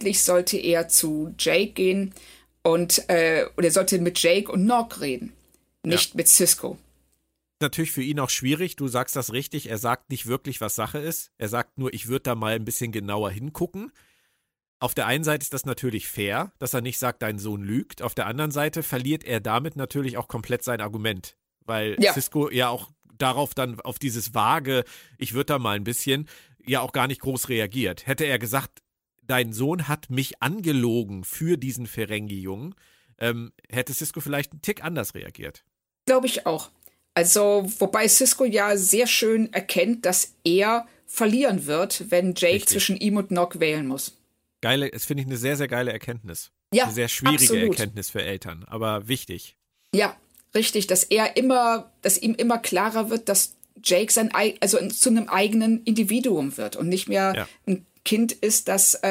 zu Jake gehen und oder er sollte mit Jake und Nog reden, nicht mit Sisko. Natürlich für ihn auch schwierig, du sagst das richtig, er sagt nicht wirklich, was Sache ist. Er sagt nur, ich würde da mal ein bisschen genauer hingucken. Auf der einen Seite ist das natürlich fair, dass er nicht sagt, dein Sohn lügt. Auf der anderen Seite verliert er damit natürlich auch komplett sein Argument. Weil Sisko ja auch darauf dann, auf dieses vage, ich würde da mal ein bisschen, ja auch gar nicht groß reagiert. Hätte er gesagt, dein Sohn hat mich angelogen für diesen Ferengi-Jungen, hätte Sisko vielleicht einen Tick anders reagiert. Glaube ich auch. Also, wobei Sisko ja sehr schön erkennt, dass er verlieren wird, wenn Jake zwischen ihm und Nog wählen muss. Das finde ich eine sehr, sehr geile Erkenntnis. Ja, eine sehr schwierige absolut. Erkenntnis für Eltern, aber wichtig. Ja, richtig, dass ihm immer klarer wird, dass Jake zu einem eigenen Individuum wird und nicht mehr ein Kind ist, das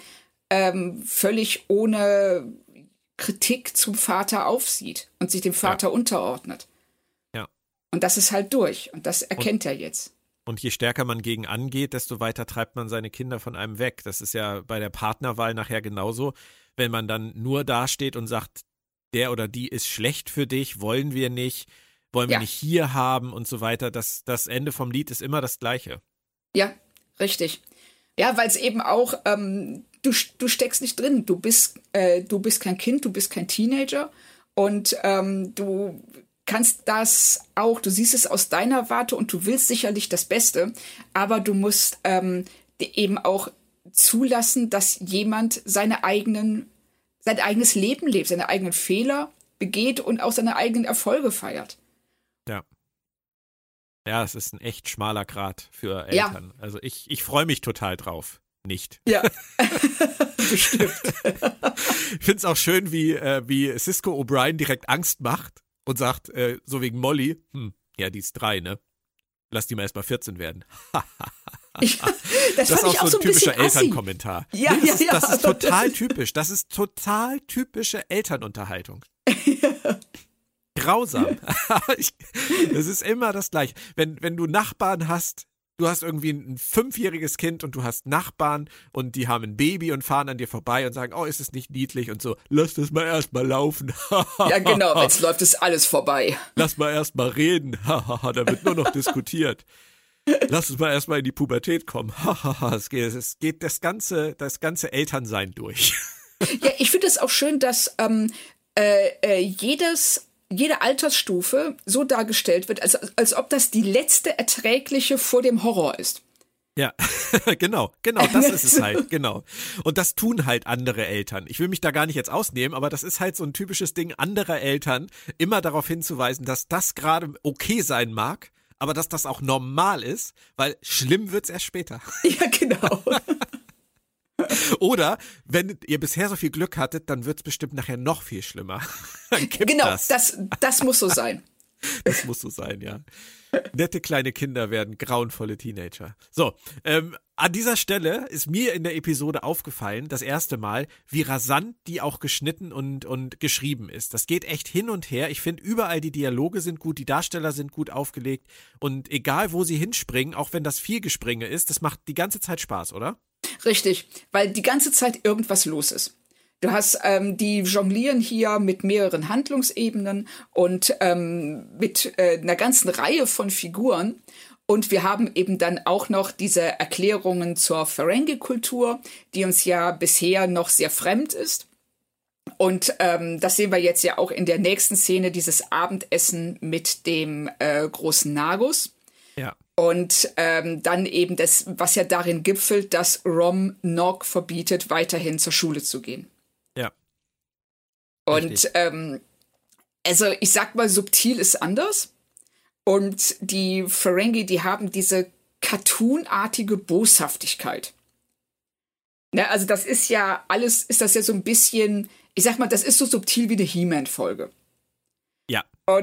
völlig ohne Kritik zum Vater aufsieht und sich dem Vater unterordnet. Ja. Und das ist halt durch und das erkennt er jetzt. Und je stärker man gegen angeht, desto weiter treibt man seine Kinder von einem weg. Das ist ja bei der Partnerwahl nachher genauso. Wenn man dann nur dasteht und sagt, der oder die ist schlecht für dich, wollen wir nicht hier haben und so weiter. Das Ende vom Lied ist immer das Gleiche. Ja, richtig. Ja, weil es eben auch, du steckst nicht drin. Du bist kein Kind, du bist kein Teenager und du kannst das auch, du siehst es aus deiner Warte und du willst sicherlich das Beste, aber du musst eben auch zulassen, dass jemand sein eigenes Leben lebt, seine eigenen Fehler begeht und auch seine eigenen Erfolge feiert. Ja. Ja, es ist ein echt schmaler Grat für Eltern. Ja. Also ich freue mich total drauf. Nicht. Ja, bestimmt. Ich finde es auch schön, wie Sisko O'Brien direkt Angst macht. Und sagt, so wegen Molly, die ist 3, ne? Lass die mal erst mal 14 werden. Das ist auch so ein typischer Elternkommentar. Ja, das ist total typisch. Das ist total typische Elternunterhaltung. Grausam. Das ist immer das Gleiche. Wenn du Nachbarn hast, Du hast irgendwie ein 5-jähriges Kind und du hast Nachbarn und die haben ein Baby und fahren an dir vorbei und sagen, oh, ist es nicht niedlich und so, lass das mal erstmal laufen. Ja, genau, jetzt läuft es alles vorbei. Lass mal erstmal reden. Da wird nur noch diskutiert. Lass uns mal erstmal in die Pubertät kommen. Es geht das ganze Elternsein durch. Ja, ich finde es auch schön, dass jede Altersstufe so dargestellt wird, als ob das die letzte erträgliche vor dem Horror ist. Ja, genau, das ist es halt, genau. Und das tun halt andere Eltern. Ich will mich da gar nicht jetzt ausnehmen, aber das ist halt so ein typisches Ding anderer Eltern, immer darauf hinzuweisen, dass das gerade okay sein mag, aber dass das auch normal ist, weil schlimm wird's erst später. Ja, genau. Oder, wenn ihr bisher so viel Glück hattet, dann wird's bestimmt nachher noch viel schlimmer. Genau, das muss so sein. Das muss so sein, ja. Nette kleine Kinder werden grauenvolle Teenager. So, an dieser Stelle ist mir in der Episode aufgefallen, das erste Mal, wie rasant die auch geschnitten und geschrieben ist. Das geht echt hin und her. Ich finde, überall die Dialoge sind gut, die Darsteller sind gut aufgelegt und egal, wo sie hinspringen, auch wenn das viel Gespringe ist, das macht die ganze Zeit Spaß, oder? Richtig, weil die ganze Zeit irgendwas los ist. Du hast die jonglieren hier mit mehreren Handlungsebenen und mit einer ganzen Reihe von Figuren. Und wir haben eben dann auch noch diese Erklärungen zur Ferengi-Kultur, die uns ja bisher noch sehr fremd ist. Und das sehen wir jetzt ja auch in der nächsten Szene, dieses Abendessen mit dem großen Nagus. Ja. Und dann eben das, was ja darin gipfelt, dass Rom Nog verbietet, weiterhin zur Schule zu gehen. Ja. Und also ich sag mal, subtil ist anders. Und die Ferengi, die haben diese cartoonartige Boshaftigkeit. Ne, also das ist ja alles, ist das ja so ein bisschen, ich sag mal, das ist so subtil wie eine He-Man-Folge. Ja.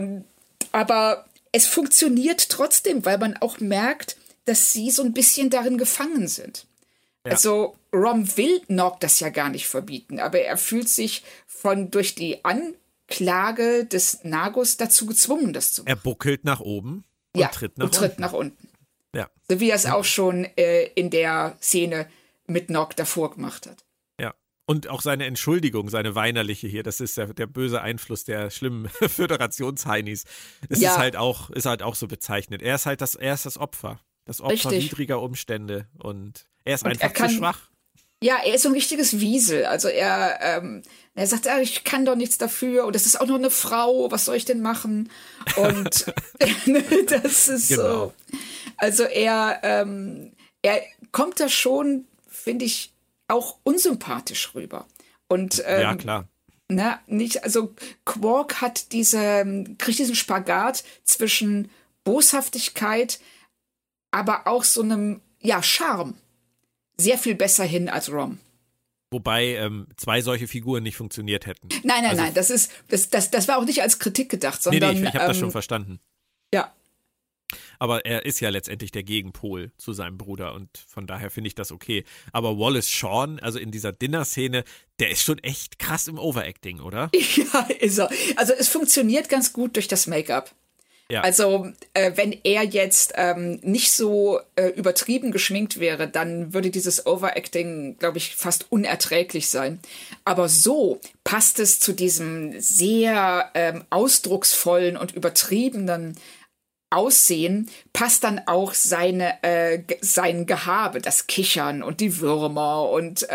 Aber es funktioniert trotzdem, weil man auch merkt, dass sie so ein bisschen darin gefangen sind. Ja. Also Rom will Nog das ja gar nicht verbieten, aber er fühlt sich durch die Anklage des Nagus dazu gezwungen, das zu machen. Er buckelt nach oben und tritt nach unten. Ja. So wie er es auch schon in der Szene mit Nog davor gemacht hat. Ja. Und auch seine Entschuldigung, seine weinerliche hier, das ist der böse Einfluss der schlimmen Föderationsheinis. Das ist halt auch so bezeichnet. Er ist das Opfer. Das Opfer widriger Umstände. Und er ist einfach zu schwach. Ja, er ist so ein richtiges Wiesel. Also er sagt, ich kann doch nichts dafür. Und das ist auch noch eine Frau. Was soll ich denn machen? Und das ist so. Also er kommt da schon, finde ich, auch unsympathisch rüber. Und ja, klar. Also Quark kriegt diesen Spagat zwischen Boshaftigkeit, aber auch so einem, Charme sehr viel besser hin als Rom. Wobei 2 solche Figuren nicht funktioniert hätten. Nein, das war auch nicht als Kritik gedacht, sondern... Nee, ich habe das schon verstanden. Ja. Aber er ist ja letztendlich der Gegenpol zu seinem Bruder und von daher finde ich das okay. Aber Wallace Shawn, also in dieser Dinner-Szene, der ist schon echt krass im Overacting, oder? Ja, ist er. Also es funktioniert ganz gut durch das Make-up. Ja. Also wenn er jetzt nicht so übertrieben geschminkt wäre, dann würde dieses Overacting, glaube ich, fast unerträglich sein. Aber so passt es zu diesem sehr ausdrucksvollen und übertriebenen Aussehen, passt dann auch sein Gehabe, das Kichern und die Würmer und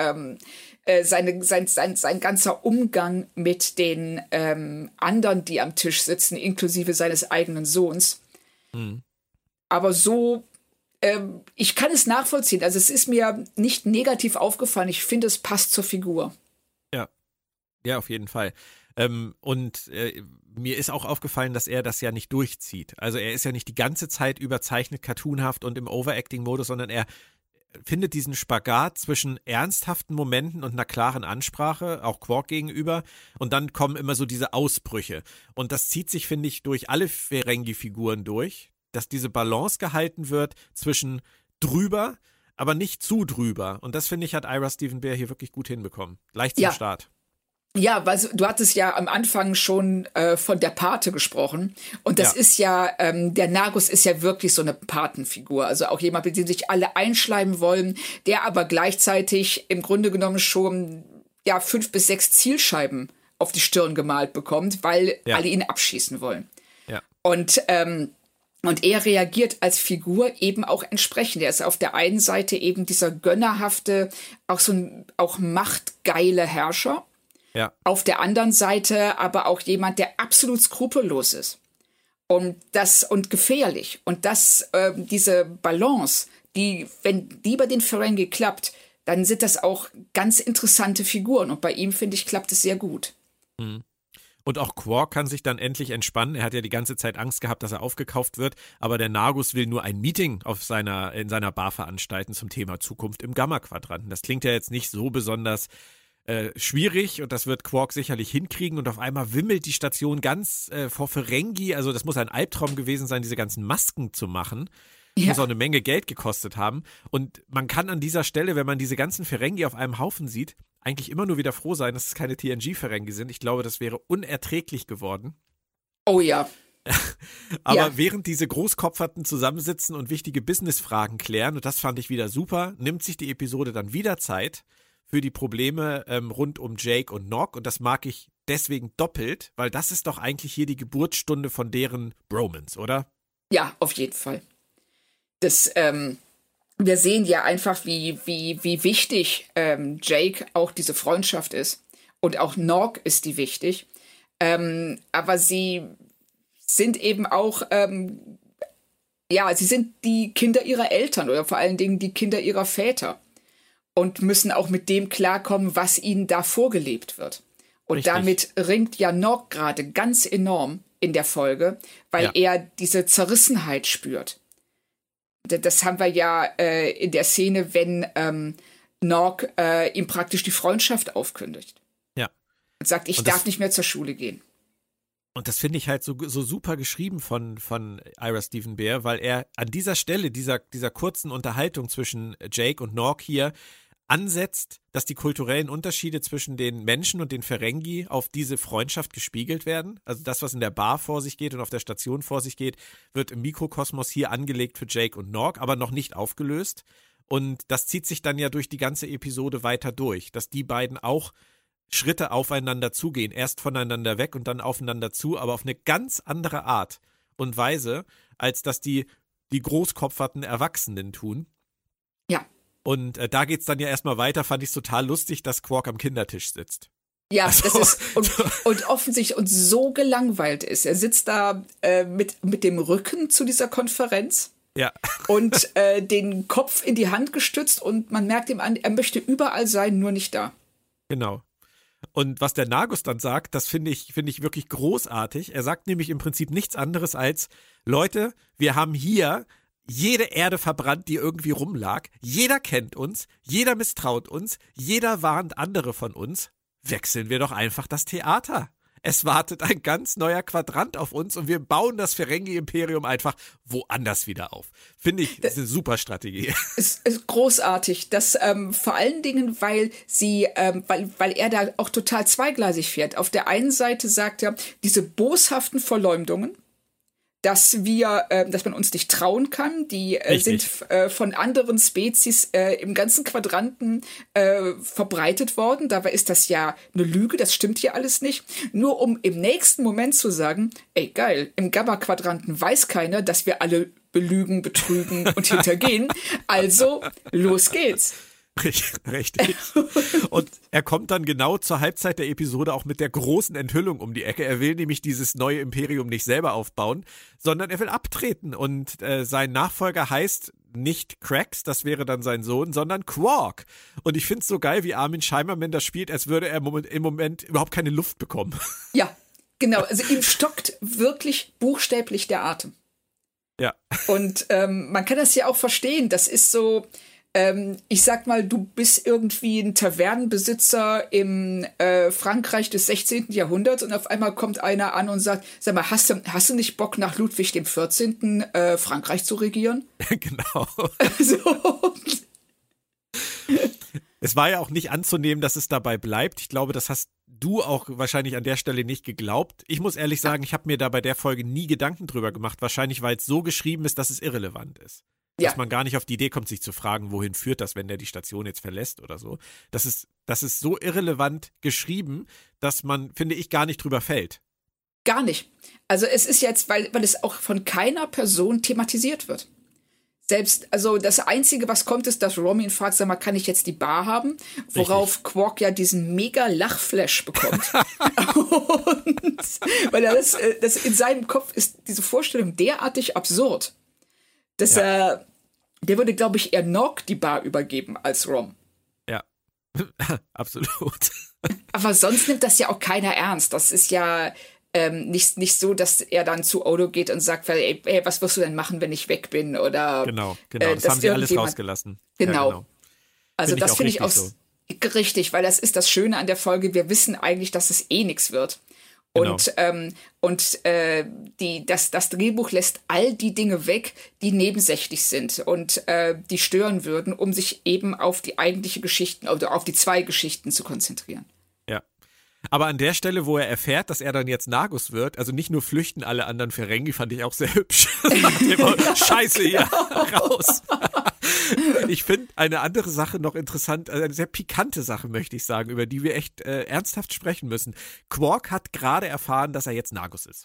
sein ganzer Umgang mit den anderen, die am Tisch sitzen, inklusive seines eigenen Sohns. Mhm. Aber so, ich kann es nachvollziehen. Also es ist mir nicht negativ aufgefallen. Ich finde, es passt zur Figur. Ja, auf jeden Fall. Mir ist auch aufgefallen, dass er das ja nicht durchzieht. Also er ist ja nicht die ganze Zeit überzeichnet, cartoonhaft und im Overacting-Modus, sondern er findet diesen Spagat zwischen ernsthaften Momenten und einer klaren Ansprache, auch Quark gegenüber, und dann kommen immer so diese Ausbrüche. Und das zieht sich, finde ich, durch alle Ferengi-Figuren durch, dass diese Balance gehalten wird zwischen drüber, aber nicht zu drüber. Und das, finde ich, hat Ira Steven Behr hier wirklich gut hinbekommen. Gleich zum Start. Ja, weil du hattest ja am Anfang schon von der Pate gesprochen. Und das ist ja, der Nagus ist ja wirklich so eine Patenfigur. Also auch jemand, mit dem sich alle einschleimen wollen, der aber gleichzeitig im Grunde genommen schon 5 bis 6 Zielscheiben auf die Stirn gemalt bekommt, weil alle ihn abschießen wollen. Ja. Und er reagiert als Figur eben auch entsprechend. Er ist auf der einen Seite eben dieser gönnerhafte, auch machtgeile Herrscher. Ja. Auf der anderen Seite aber auch jemand, der absolut skrupellos ist. Und gefährlich. Und diese Balance, wenn die bei den Ferengi klappt, dann sind das auch ganz interessante Figuren. Und bei ihm, finde ich, klappt es sehr gut. Mhm. Und auch Quark kann sich dann endlich entspannen. Er hat ja die ganze Zeit Angst gehabt, dass er aufgekauft wird. Aber der Nagus will nur ein Meeting in seiner Bar veranstalten zum Thema Zukunft im Gamma-Quadranten. Das klingt ja jetzt nicht so besonders schwierig und das wird Quark sicherlich hinkriegen und auf einmal wimmelt die Station ganz vor Ferengi, also das muss ein Albtraum gewesen sein, diese ganzen Masken zu machen. Das muss auch eine Menge Geld gekostet haben und man kann an dieser Stelle, wenn man diese ganzen Ferengi auf einem Haufen sieht, eigentlich immer nur wieder froh sein, dass es keine TNG-Ferengi sind. Ich glaube, das wäre unerträglich geworden. Oh ja. Aber während diese Großkopferten zusammensitzen und wichtige Businessfragen klären, und das fand ich wieder super, nimmt sich die Episode dann wieder Zeit für die Probleme rund um Jake und Nog. Und das mag ich deswegen doppelt, weil das ist doch eigentlich hier die Geburtsstunde von deren Bromance, oder? Ja, auf jeden Fall. Wir sehen ja einfach, wie wichtig Jake auch diese Freundschaft ist. Und auch Nog ist die wichtig. Aber sie sind eben auch, sie sind die Kinder ihrer Eltern oder vor allen Dingen die Kinder ihrer Väter. Und müssen auch mit dem klarkommen, was ihnen da vorgelebt wird. Und Richtig. damit ringt ja Nog gerade ganz enorm in der Folge, weil er diese Zerrissenheit spürt. Das haben wir ja in der Szene, wenn Nog ihm praktisch die Freundschaft aufkündigt. Ja. Und sagt, ich darf nicht mehr zur Schule gehen. Und das finde ich halt so super geschrieben von Ira Steven Behr, weil er an dieser Stelle, dieser kurzen Unterhaltung zwischen Jake und Nog hier ansetzt, dass die kulturellen Unterschiede zwischen den Menschen und den Ferengi auf diese Freundschaft gespiegelt werden. Also das, was in der Bar vor sich geht und auf der Station vor sich geht, wird im Mikrokosmos hier angelegt für Jake und Nog, aber noch nicht aufgelöst. Und das zieht sich dann ja durch die ganze Episode weiter durch, dass die beiden auch Schritte aufeinander zugehen, erst voneinander weg und dann aufeinander zu, aber auf eine ganz andere Art und Weise, als dass die großkopferten Erwachsenen tun. Ja. Und da geht's dann ja erstmal weiter, fand ich total lustig, dass Quark am Kindertisch sitzt. Ja, das ist und offensichtlich und so gelangweilt ist. Er sitzt da mit dem Rücken zu dieser Konferenz. Ja. Und den Kopf in die Hand gestützt und man merkt ihm an, er möchte überall sein, nur nicht da. Genau. Und was der Nagus dann sagt, das finde ich wirklich großartig. Er sagt nämlich im Prinzip nichts anderes als, Leute, wir haben hier jede Erde verbrannt, die irgendwie rumlag. Jeder kennt uns, jeder misstraut uns, jeder warnt andere von uns. Wechseln wir doch einfach das Theater. Es wartet ein ganz neuer Quadrant auf uns und wir bauen das Ferengi-Imperium einfach woanders wieder auf. Finde ich, das ist eine super Strategie. Es ist großartig, das vor allen Dingen, weil er da auch total zweigleisig fährt. Auf der einen Seite sagt er, diese boshaften Verleumdungen, dass man uns nicht trauen kann, die sind von anderen Spezies im ganzen Quadranten verbreitet worden. Dabei ist das ja eine Lüge, das stimmt hier alles nicht. Nur um im nächsten Moment zu sagen, ey geil, im Gamma-Quadranten weiß keiner, dass wir alle belügen, betrügen und hintergehen. Also, los geht's. Richtig. Und er kommt dann genau zur Halbzeit der Episode auch mit der großen Enthüllung um die Ecke. Er will nämlich dieses neue Imperium nicht selber aufbauen, sondern er will abtreten. Und sein Nachfolger heißt nicht Krax, das wäre dann sein Sohn, sondern Quark. Und ich finde es so geil, wie Armin Scheimerman das spielt, als würde er im Moment überhaupt keine Luft bekommen. Ja, genau. Also ihm stockt wirklich buchstäblich der Atem. Ja. Und man kann das ja auch verstehen. Das ist so... ich sag mal, du bist irgendwie ein Tavernenbesitzer im Frankreich des 16. Jahrhunderts und auf einmal kommt einer an und sagt, sag mal, hast du nicht Bock, nach Ludwig dem 14. Frankreich zu regieren? Genau. So. Es war ja auch nicht anzunehmen, dass es dabei bleibt. Ich glaube, das hast du auch wahrscheinlich an der Stelle nicht geglaubt. Ich muss ehrlich sagen, ich habe mir da bei der Folge nie Gedanken drüber gemacht. Wahrscheinlich, weil es so geschrieben ist, dass es irrelevant ist. Dass man gar nicht auf die Idee kommt, sich zu fragen, wohin führt das, wenn der die Station jetzt verlässt oder so. Das ist so irrelevant geschrieben, dass man, finde ich, gar nicht drüber fällt. Gar nicht. Also es ist jetzt, weil es auch von keiner Person thematisiert wird. Selbst, also das Einzige, was kommt, ist, dass Romy ihn fragt, sag mal, kann ich jetzt die Bar haben? Worauf Quark ja diesen mega Lachflash bekommt. Und weil er das in seinem Kopf ist diese Vorstellung derartig absurd, dass der würde, glaube ich, eher Nog die Bar übergeben als Rom. Ja, absolut. Aber sonst nimmt das ja auch keiner ernst. Das ist ja nicht so, dass er dann zu Odo geht und sagt, ey, was wirst du denn machen, wenn ich weg bin? Oder genau. Das haben sie alles rausgelassen. Genau. Ja, genau. Also das finde ich auch so. Richtig, weil das ist das Schöne an der Folge. Wir wissen eigentlich, dass es eh nichts wird. Genau. Und das Drehbuch lässt all die Dinge weg, die nebensächlich sind und die stören würden, um sich eben auf die eigentliche Geschichten oder auf die 2 Geschichten zu konzentrieren. Ja. Aber an der Stelle, wo er erfährt, dass er dann jetzt Nagus wird, also nicht nur flüchten alle anderen Ferengi, fand ich auch sehr hübsch. Scheiße, hier, raus. Ich finde eine andere Sache noch interessant, eine sehr pikante Sache, möchte ich sagen, über die wir echt ernsthaft sprechen müssen. Quark hat gerade erfahren, dass er jetzt Nagus ist.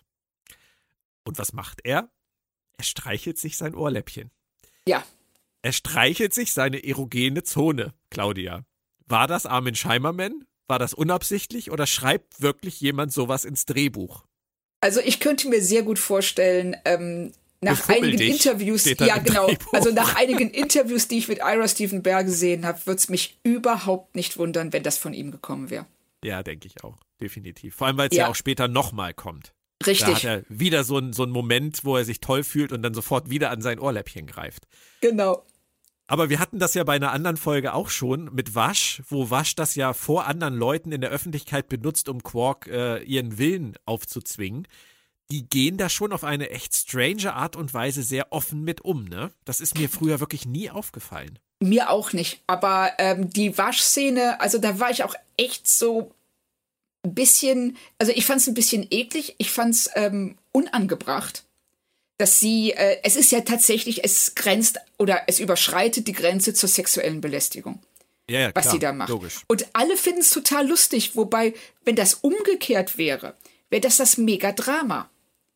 Und was macht er? Er streichelt sich sein Ohrläppchen. Ja. Er streichelt sich seine erogene Zone, Claudia. War das Armin Scheimerman? War das unabsichtlich oder schreibt wirklich jemand sowas ins Drehbuch? Also ich könnte mir sehr gut vorstellen, nach einigen Interviews, nach einigen Interviews, die ich mit Ira Steven Behr gesehen habe, würde es mich überhaupt nicht wundern, wenn das von ihm gekommen wäre. Ja, denke ich auch, definitiv. Vor allem, weil es ja auch später nochmal kommt. Richtig. Da hat er wieder so einen Moment, wo er sich toll fühlt und dann sofort wieder an sein Ohrläppchen greift. Genau. Aber wir hatten das ja bei einer anderen Folge auch schon mit Vash, wo Vash das ja vor anderen Leuten in der Öffentlichkeit benutzt, um Quark ihren Willen aufzuzwingen. Die gehen da schon auf eine echt strange Art und Weise sehr offen mit um, ne? Das ist mir früher wirklich nie aufgefallen. Mir auch nicht, aber die Vash-Szene, also da war ich auch echt so ein bisschen, also ich fand es ein bisschen eklig, ich fand es unangebracht. Dass sie, es ist ja tatsächlich, es grenzt oder es überschreitet die Grenze zur sexuellen Belästigung. Ja, was klar, sie da macht. Logisch. Und alle finden es total lustig, wobei, wenn das umgekehrt wäre, wäre das Megadrama.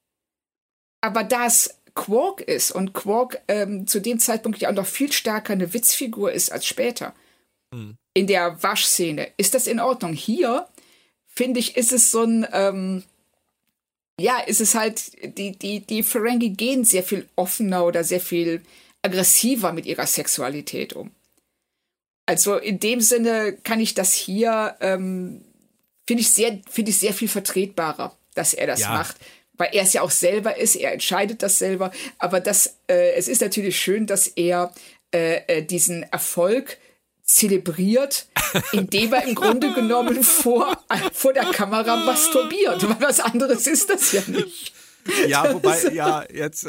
Aber da es Quark ist und Quark zu dem Zeitpunkt ja auch noch viel stärker eine Witzfigur ist als später, in der Waschszene, ist das in Ordnung. Hier, finde ich, ist es so ein ist es halt, die Ferengi gehen sehr viel offener oder sehr viel aggressiver mit ihrer Sexualität um. Also in dem Sinne kann ich das hier, finde ich sehr viel vertretbarer, dass er das macht. Weil er es ja auch selber ist, er entscheidet das selber. Aber es ist natürlich schön, dass er diesen Erfolg zelebriert, indem er im Grunde genommen vor der Kamera masturbiert. Weil was anderes ist das ja nicht. Ja, wobei, jetzt,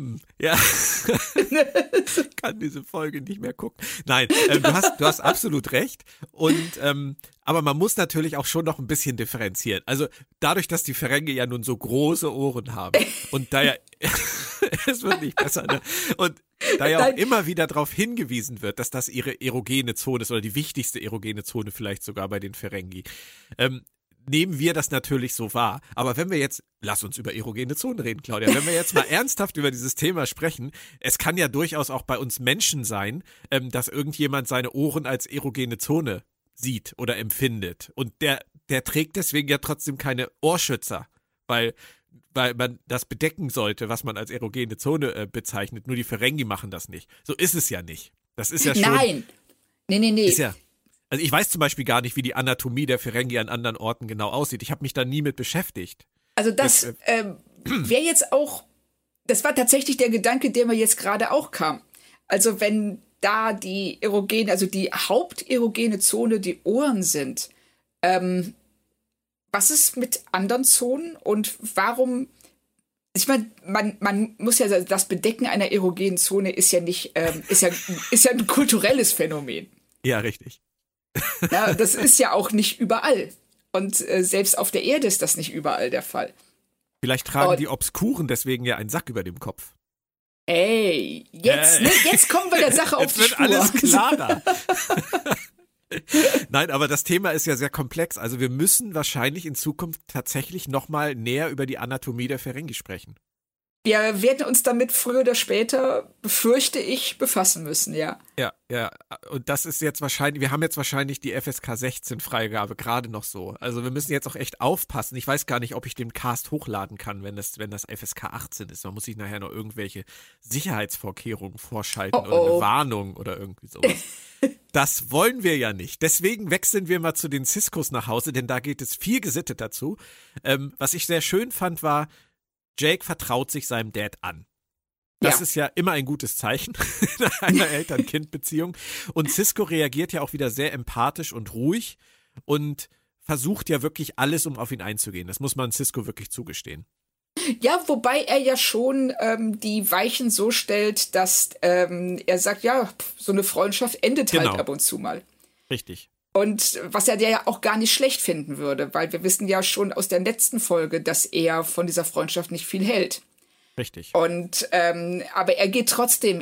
kann diese Folge nicht mehr gucken. Nein, du hast absolut recht. Und, aber man muss natürlich auch schon noch ein bisschen differenzieren. Also, dadurch, dass die Ferengi ja nun so große Ohren haben und da ja, es wird nicht besser, ne? Und da ja auch immer wieder darauf hingewiesen wird, dass das ihre erogene Zone ist oder die wichtigste erogene Zone vielleicht sogar bei den Ferengi, nehmen wir das natürlich so wahr. Aber wenn wir jetzt, lass uns über erogene Zonen reden, Claudia, wenn wir jetzt mal ernsthaft über dieses Thema sprechen, es kann ja durchaus auch bei uns Menschen sein, dass irgendjemand seine Ohren als erogene Zone sieht oder empfindet. Und der trägt deswegen ja trotzdem keine Ohrschützer, weil man das bedecken sollte, was man als erogene Zone bezeichnet. Nur die Ferengi machen das nicht. So ist es ja nicht. Das ist ja schon... Nein. Nee. Ist ja... Also ich weiß zum Beispiel gar nicht, wie die Anatomie der Ferengi an anderen Orten genau aussieht. Ich habe mich da nie mit beschäftigt. Also das wäre jetzt auch, das war tatsächlich der Gedanke, der mir jetzt gerade auch kam. Also wenn da die erogene, also die haupterogene Zone die Ohren sind, was ist mit anderen Zonen und warum? Ich meine, man muss ja, das Bedecken einer erogenen Zone ist ja nicht, ist ja ein kulturelles Phänomen. Ja, richtig. Ja, das ist ja auch nicht überall. Und selbst auf der Erde ist das nicht überall der Fall. Vielleicht tragen die Obskuren deswegen ja einen Sack über dem Kopf. Ey, jetzt kommen wir der Sache auf die Spur. Jetzt wird alles klarer. Nein, aber das Thema ist ja sehr komplex. Also wir müssen wahrscheinlich in Zukunft tatsächlich nochmal näher über die Anatomie der Ferengi sprechen. Wir werden uns damit früher oder später, befürchte ich, befassen müssen, ja. Ja. Und das ist jetzt wahrscheinlich, wir haben jetzt wahrscheinlich die FSK 16 Freigabe gerade noch so. Also wir müssen jetzt auch echt aufpassen. Ich weiß gar nicht, ob ich den Cast hochladen kann, wenn das FSK 18 ist. Man muss sich nachher noch irgendwelche Sicherheitsvorkehrungen vorschalten oder eine Warnung oder irgendwie sowas. Das wollen wir ja nicht. Deswegen wechseln wir mal zu den Siskos nach Hause, denn da geht es viel gesittet dazu. Was ich sehr schön fand, war, Jake vertraut sich seinem Dad an. Das ist ja immer ein gutes Zeichen in einer Eltern-Kind-Beziehung. Und Sisko reagiert ja auch wieder sehr empathisch und ruhig und versucht ja wirklich alles, um auf ihn einzugehen. Das muss man Sisko wirklich zugestehen. Ja, wobei er ja schon die Weichen so stellt, dass er sagt, ja, so eine Freundschaft endet halt ab und zu mal. Richtig. Und was er ja auch gar nicht schlecht finden würde, weil wir wissen ja schon aus der letzten Folge, dass er von dieser Freundschaft nicht viel hält. Richtig. Und aber er geht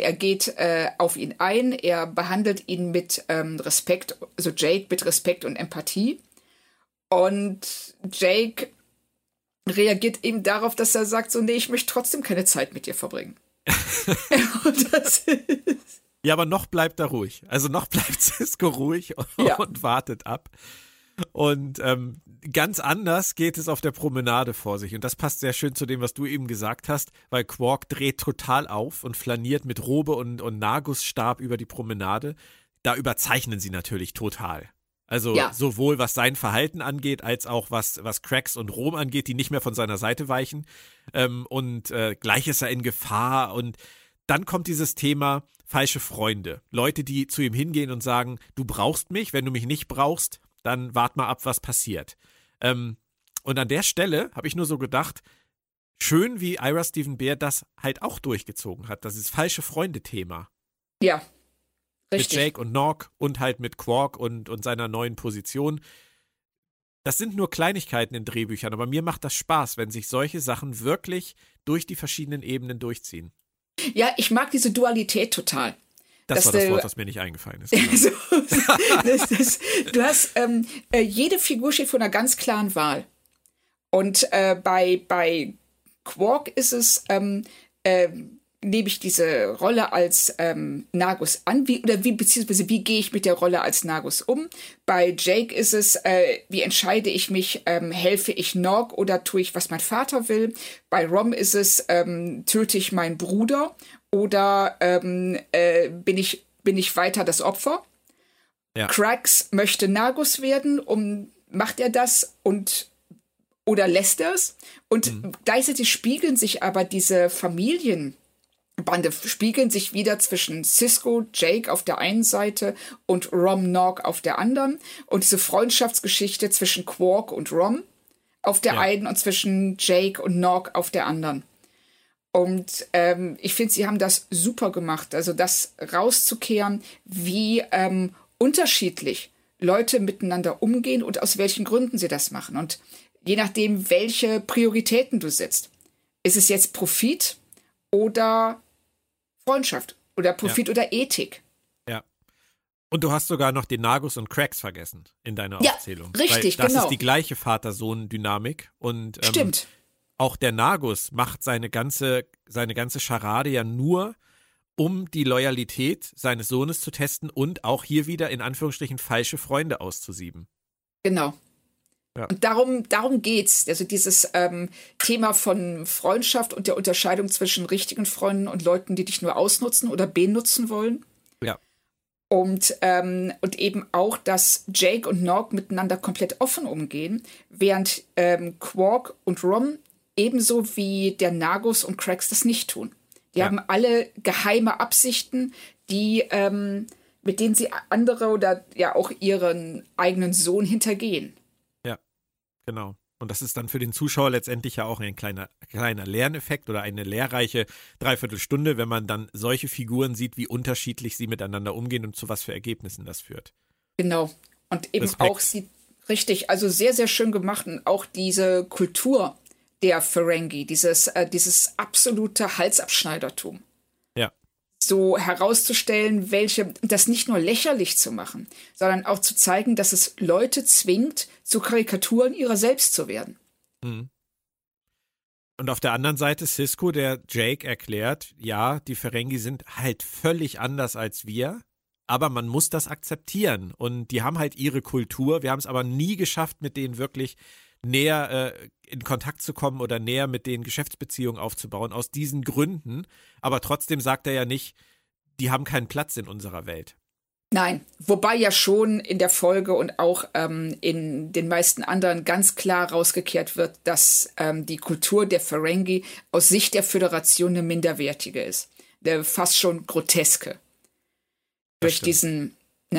auf ihn ein, er behandelt ihn mit Respekt, also Jake mit Respekt und Empathie. Und Jake reagiert eben darauf, dass er sagt, so, nee, ich möchte trotzdem keine Zeit mit dir verbringen. Und das ist... Ja, aber noch bleibt er ruhig. Also noch bleibt Sisko ruhig und wartet ab. Und ganz anders geht es auf der Promenade vor sich. Und das passt sehr schön zu dem, was du eben gesagt hast, weil Quark dreht total auf und flaniert mit Robe und Nagusstab über die Promenade. Da überzeichnen sie natürlich total. Also sowohl was sein Verhalten angeht, als auch was Cracks und Rom angeht, die nicht mehr von seiner Seite weichen. Gleich ist er in Gefahr. Und dann kommt dieses Thema falsche Freunde. Leute, die zu ihm hingehen und sagen, du brauchst mich, wenn du mich nicht brauchst, dann wart mal ab, was passiert. Und an der Stelle habe ich nur so gedacht, schön, wie Ira Steven Behr das halt auch durchgezogen hat, das ist falsche Freunde-Thema. Ja, richtig. Mit Jake und Nog und halt mit Quark und seiner neuen Position. Das sind nur Kleinigkeiten in Drehbüchern, aber mir macht das Spaß, wenn sich solche Sachen wirklich durch die verschiedenen Ebenen durchziehen. Ja, ich mag diese Dualität total. Das war das Wort, das mir nicht eingefallen ist. Genau. Du hast, jede Figur steht vor einer ganz klaren Wahl. Und bei Quark ist es, nehme ich diese Rolle als Nagus an, beziehungsweise wie gehe ich mit der Rolle als Nagus um? Bei Jake ist es, wie entscheide ich mich, helfe ich Nog oder tue ich, was mein Vater will? Bei Rom ist es, töte ich meinen Bruder oder bin ich weiter das Opfer? Ja. Cracks möchte Nagus werden, macht er das oder lässt er es? Und gleichzeitig spiegeln sich aber diese Familienbande spiegeln sich wieder zwischen Sisko, Jake auf der einen Seite und Rom Nog auf der anderen. Und diese Freundschaftsgeschichte zwischen Quark und Rom auf der einen und zwischen Jake und Nog auf der anderen. Und ich finde, sie haben das super gemacht. Also das rauszukehren, wie unterschiedlich Leute miteinander umgehen und aus welchen Gründen sie das machen. Und je nachdem, welche Prioritäten du setzt. Ist es jetzt Profit oder Freundschaft oder Profit oder Ethik? Ja. Und du hast sogar noch den Nagus und Cracks vergessen in deiner Aufzählung. Richtig, weil das ist die gleiche Vater-Sohn-Dynamik. Und stimmt. Auch der Nagus macht seine ganze Scharade ja nur, um die Loyalität seines Sohnes zu testen und auch hier wieder in Anführungsstrichen falsche Freunde auszusieben. Genau. Ja. Und darum geht's. Also dieses Thema von Freundschaft und der Unterscheidung zwischen richtigen Freunden und Leuten, die dich nur ausnutzen oder benutzen wollen. Ja. Und eben auch, dass Jake und Nog miteinander komplett offen umgehen, während Quark und Rom ebenso wie der Nagus und Cracks das nicht tun. Die haben alle geheime Absichten, mit denen sie andere oder ja auch ihren eigenen Sohn hintergehen. Genau. Und das ist dann für den Zuschauer letztendlich ja auch ein kleiner Lerneffekt oder eine lehrreiche Dreiviertelstunde, wenn man dann solche Figuren sieht, wie unterschiedlich sie miteinander umgehen und zu was für Ergebnissen das führt. Genau. Und eben Respekt. Auch sie Richtig, also sehr, sehr schön gemacht und auch diese Kultur der Ferengi, dieses absolute Halsabschneidertum. Ja. So herauszustellen, das nicht nur lächerlich zu machen, sondern auch zu zeigen, dass es Leute zwingt, zu Karikaturen ihrer selbst zu werden. Mhm. Und auf der anderen Seite Sisko, der Jake erklärt, ja, die Ferengi sind halt völlig anders als wir, aber man muss das akzeptieren. Und die haben halt ihre Kultur. Wir haben es aber nie geschafft, mit denen wirklich näher in Kontakt zu kommen oder näher mit denen Geschäftsbeziehungen aufzubauen, aus diesen Gründen. Aber trotzdem sagt er ja nicht, die haben keinen Platz in unserer Welt. Nein, wobei ja schon in der Folge und auch in den meisten anderen ganz klar rausgekehrt wird, dass die Kultur der Ferengi aus Sicht der Föderation eine minderwertige ist. Fast schon groteske. Durch diesen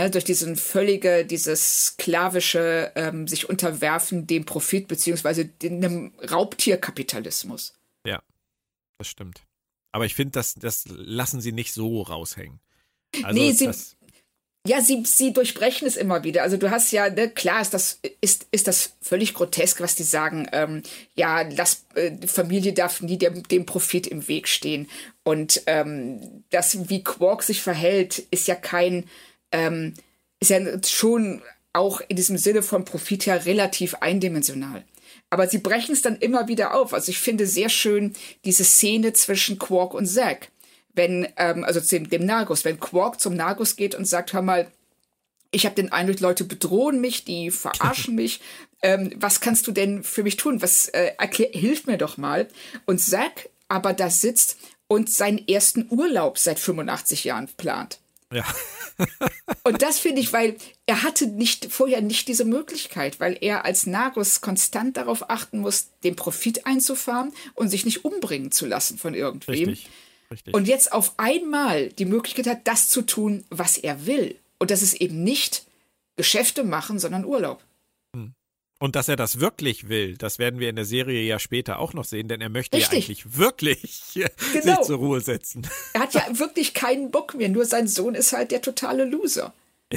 dieses sklavische sich unterwerfen dem Profit beziehungsweise dem Raubtierkapitalismus. Ja, das stimmt. Aber ich finde, das lassen sie nicht so raushängen. Also nee, sie durchbrechen es immer wieder. Also du hast ja, klar ist das völlig grotesk, was die sagen. Die Familie darf nie dem Profit im Weg stehen. Und das, wie Quark sich verhält, ist ja ist ja schon auch in diesem Sinne von Profit her relativ eindimensional. Aber sie brechen es dann immer wieder auf. Also ich finde sehr schön diese Szene zwischen Quark und Zack. Wenn, dem Nagus, wenn Quark zum Nagus geht und sagt, hör mal, ich habe den Eindruck, Leute bedrohen mich, die verarschen mich. Was kannst du denn für mich tun? Hilf mir doch mal. Und Zack aber da sitzt und seinen ersten Urlaub seit 85 Jahren plant. Ja. Und das finde ich, weil er hatte vorher nicht diese Möglichkeit, weil er als Nagus konstant darauf achten muss, den Profit einzufahren und sich nicht umbringen zu lassen von irgendwem. Richtig. Und jetzt auf einmal die Möglichkeit hat, das zu tun, was er will. Und das ist eben nicht Geschäfte machen, sondern Urlaub. Und dass er das wirklich will, das werden wir in der Serie ja später auch noch sehen, denn er möchte ja Richtig. eigentlich wirklich sich zur Ruhe setzen. Er hat ja wirklich keinen Bock mehr, nur sein Sohn ist halt der totale Loser. Ja.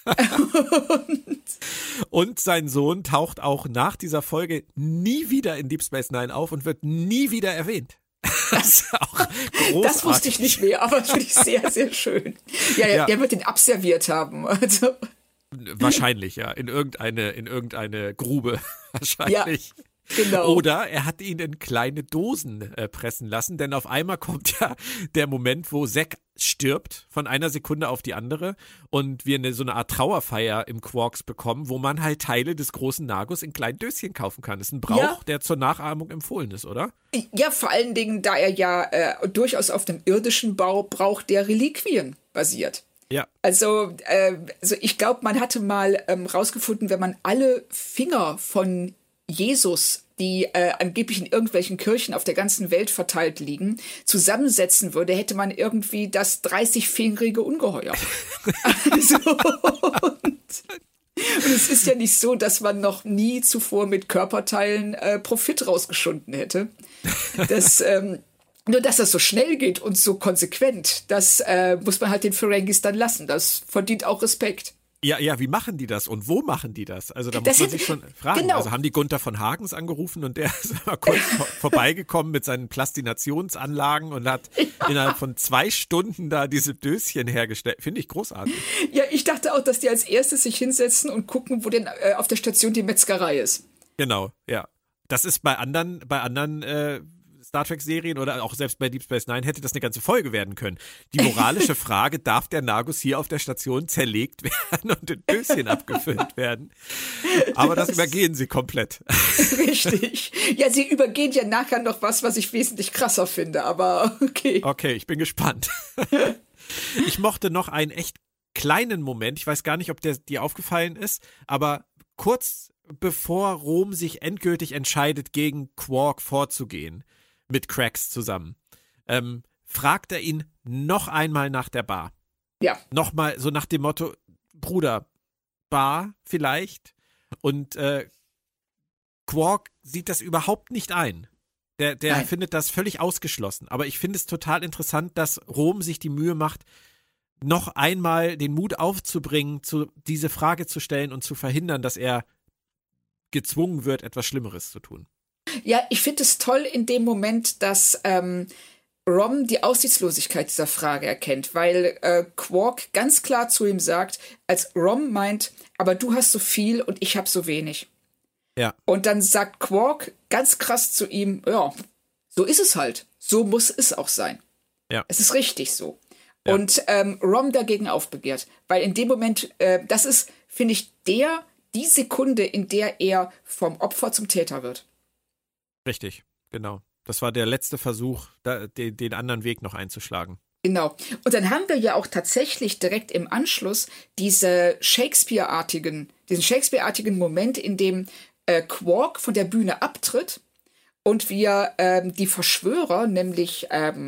Und sein Sohn taucht auch nach dieser Folge nie wieder in Deep Space Nine auf und wird nie wieder erwähnt. Das ist auch großartig. Das wusste ich nicht mehr, aber das finde ich sehr, sehr schön. Ja, der wird ihn abserviert haben. Also. Wahrscheinlich, ja. In irgendeine Grube. Wahrscheinlich. Ja, genau. Oder er hat ihn in kleine Dosen pressen lassen, denn auf einmal kommt ja der Moment, wo Zack stirbt von einer Sekunde auf die andere und wir so eine Art Trauerfeier im Quarks bekommen, wo man halt Teile des großen Nagus in kleinen Döschen kaufen kann. Das ist ein Brauch, der zur Nachahmung empfohlen ist, oder? Ja, vor allen Dingen, da er ja durchaus auf dem irdischen Brauch der Reliquien basiert. Ja. Also ich glaube, man hatte mal rausgefunden, wenn man alle Finger von Jesus, die angeblich in irgendwelchen Kirchen auf der ganzen Welt verteilt liegen, zusammensetzen würde, hätte man irgendwie das 30-fingerige Ungeheuer. Und es ist ja nicht so, dass man noch nie zuvor mit Körperteilen Profit rausgeschunden hätte. Nur, dass das so schnell geht und so konsequent, das muss man halt den Ferengis dann lassen. Das verdient auch Respekt. Ja, wie machen die das und wo machen die das? Also da muss man sich schon fragen. Genau. Also haben die Gunther von Hagens angerufen und der ist mal kurz vorbeigekommen mit seinen Plastinationsanlagen und hat innerhalb von 2 Stunden da diese Döschen hergestellt. Finde ich großartig. Ja, ich dachte auch, dass die als erstes sich hinsetzen und gucken, wo denn auf der Station die Metzgerei ist. Genau, ja. Das ist bei anderen Star Trek-Serien oder auch selbst bei Deep Space Nine hätte das eine ganze Folge werden können. Die moralische Frage, darf der Nagus hier auf der Station zerlegt werden und in Döschen abgefüllt werden? Aber das übergehen sie komplett. Richtig. Ja, sie übergehen ja nachher noch was ich wesentlich krasser finde, aber okay. Okay, ich bin gespannt. Ich mochte noch einen echt kleinen Moment, ich weiß gar nicht, ob der dir aufgefallen ist, aber kurz bevor Rom sich endgültig entscheidet, gegen Quark vorzugehen, mit Cracks zusammen, fragt er ihn noch einmal nach der Bar. Ja. Nochmal so nach dem Motto, Bruder, Bar vielleicht? Und Quark sieht das überhaupt nicht ein. Der findet das völlig ausgeschlossen. Aber ich finde es total interessant, dass Rom sich die Mühe macht, noch einmal den Mut aufzubringen, diese Frage zu stellen und zu verhindern, dass er gezwungen wird, etwas Schlimmeres zu tun. Ja, ich finde es toll in dem Moment, dass Rom die Aussichtslosigkeit dieser Frage erkennt, weil Quark ganz klar zu ihm sagt, als Rom meint, aber du hast so viel und ich habe so wenig. Ja. Und dann sagt Quark ganz krass zu ihm, ja, so ist es halt. So muss es auch sein. Ja. Es ist richtig so. Ja. Und Rom dagegen aufbegehrt. Weil in dem Moment, das ist, finde ich, die Sekunde, in der er vom Opfer zum Täter wird. Richtig, genau. Das war der letzte Versuch, den anderen Weg noch einzuschlagen. Genau. Und dann haben wir ja auch tatsächlich direkt im Anschluss diesen Shakespeare-artigen Moment, in dem Quark von der Bühne abtritt und wir die Verschwörer, nämlich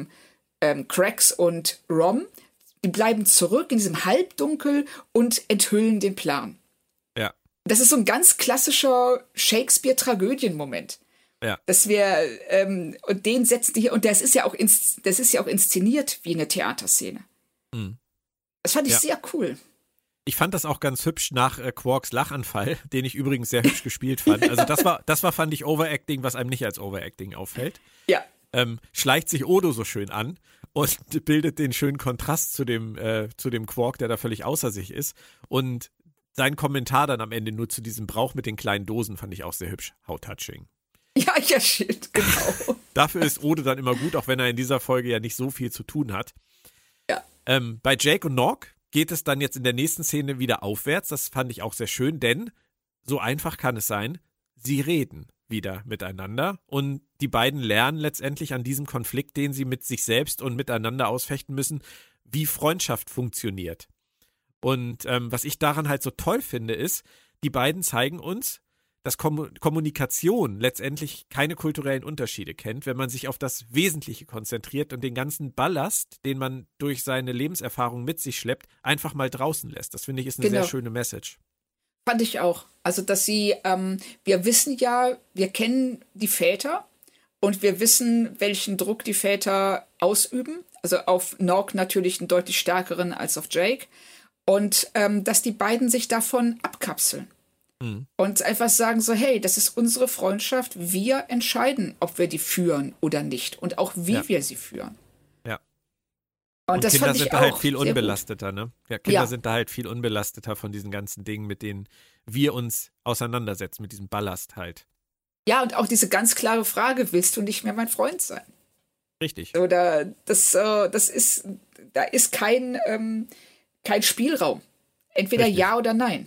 Cracks und Rom, die bleiben zurück in diesem Halbdunkel und enthüllen den Plan. Ja. Das ist so ein ganz klassischer Shakespeare-Tragödien-Moment. Ja. Dass wir, und den setzen die hier, und das ist ja auch inszeniert wie eine Theaterszene. Mhm. Das fand ich sehr cool. Ich fand das auch ganz hübsch nach Quarks Lachanfall, den ich übrigens sehr hübsch gespielt fand. Also das war, fand ich, Overacting, was einem nicht als Overacting auffällt. Ja. Schleicht sich Odo so schön an und bildet den schönen Kontrast zu dem Quark, der da völlig außer sich ist. Und sein Kommentar dann am Ende nur zu diesem Brauch mit den kleinen Dosen fand ich auch sehr hübsch. How touching. Ja, shit, genau. Dafür ist Odo dann immer gut, auch wenn er in dieser Folge ja nicht so viel zu tun hat. Ja. Bei Jake und Nog geht es dann jetzt in der nächsten Szene wieder aufwärts. Das fand ich auch sehr schön, denn so einfach kann es sein, sie reden wieder miteinander und die beiden lernen letztendlich an diesem Konflikt, den sie mit sich selbst und miteinander ausfechten müssen, wie Freundschaft funktioniert. Und was ich daran halt so toll finde, ist, die beiden zeigen uns, dass Kommunikation letztendlich keine kulturellen Unterschiede kennt, wenn man sich auf das Wesentliche konzentriert und den ganzen Ballast, den man durch seine Lebenserfahrung mit sich schleppt, einfach mal draußen lässt. Das finde ich ist eine sehr schöne Message. Fand ich auch. Also, dass sie, wir wissen ja, wir kennen die Väter und wir wissen, welchen Druck die Väter ausüben. Also auf Nog natürlich einen deutlich stärkeren als auf Jake. Und dass die beiden sich davon abkapseln. Und einfach sagen so, hey, das ist unsere Freundschaft, wir entscheiden, ob wir die führen oder nicht und auch wie wir sie führen. Ja. Und das Kinder fand ich sind da auch halt viel unbelasteter, ne? Ja, Kinder sind da halt viel unbelasteter von diesen ganzen Dingen, mit denen wir uns auseinandersetzen, mit diesem Ballast halt. Ja, und auch diese ganz klare Frage, willst du nicht mehr mein Freund sein? Richtig. Oder da ist kein Spielraum. Entweder Richtig. ja oder nein.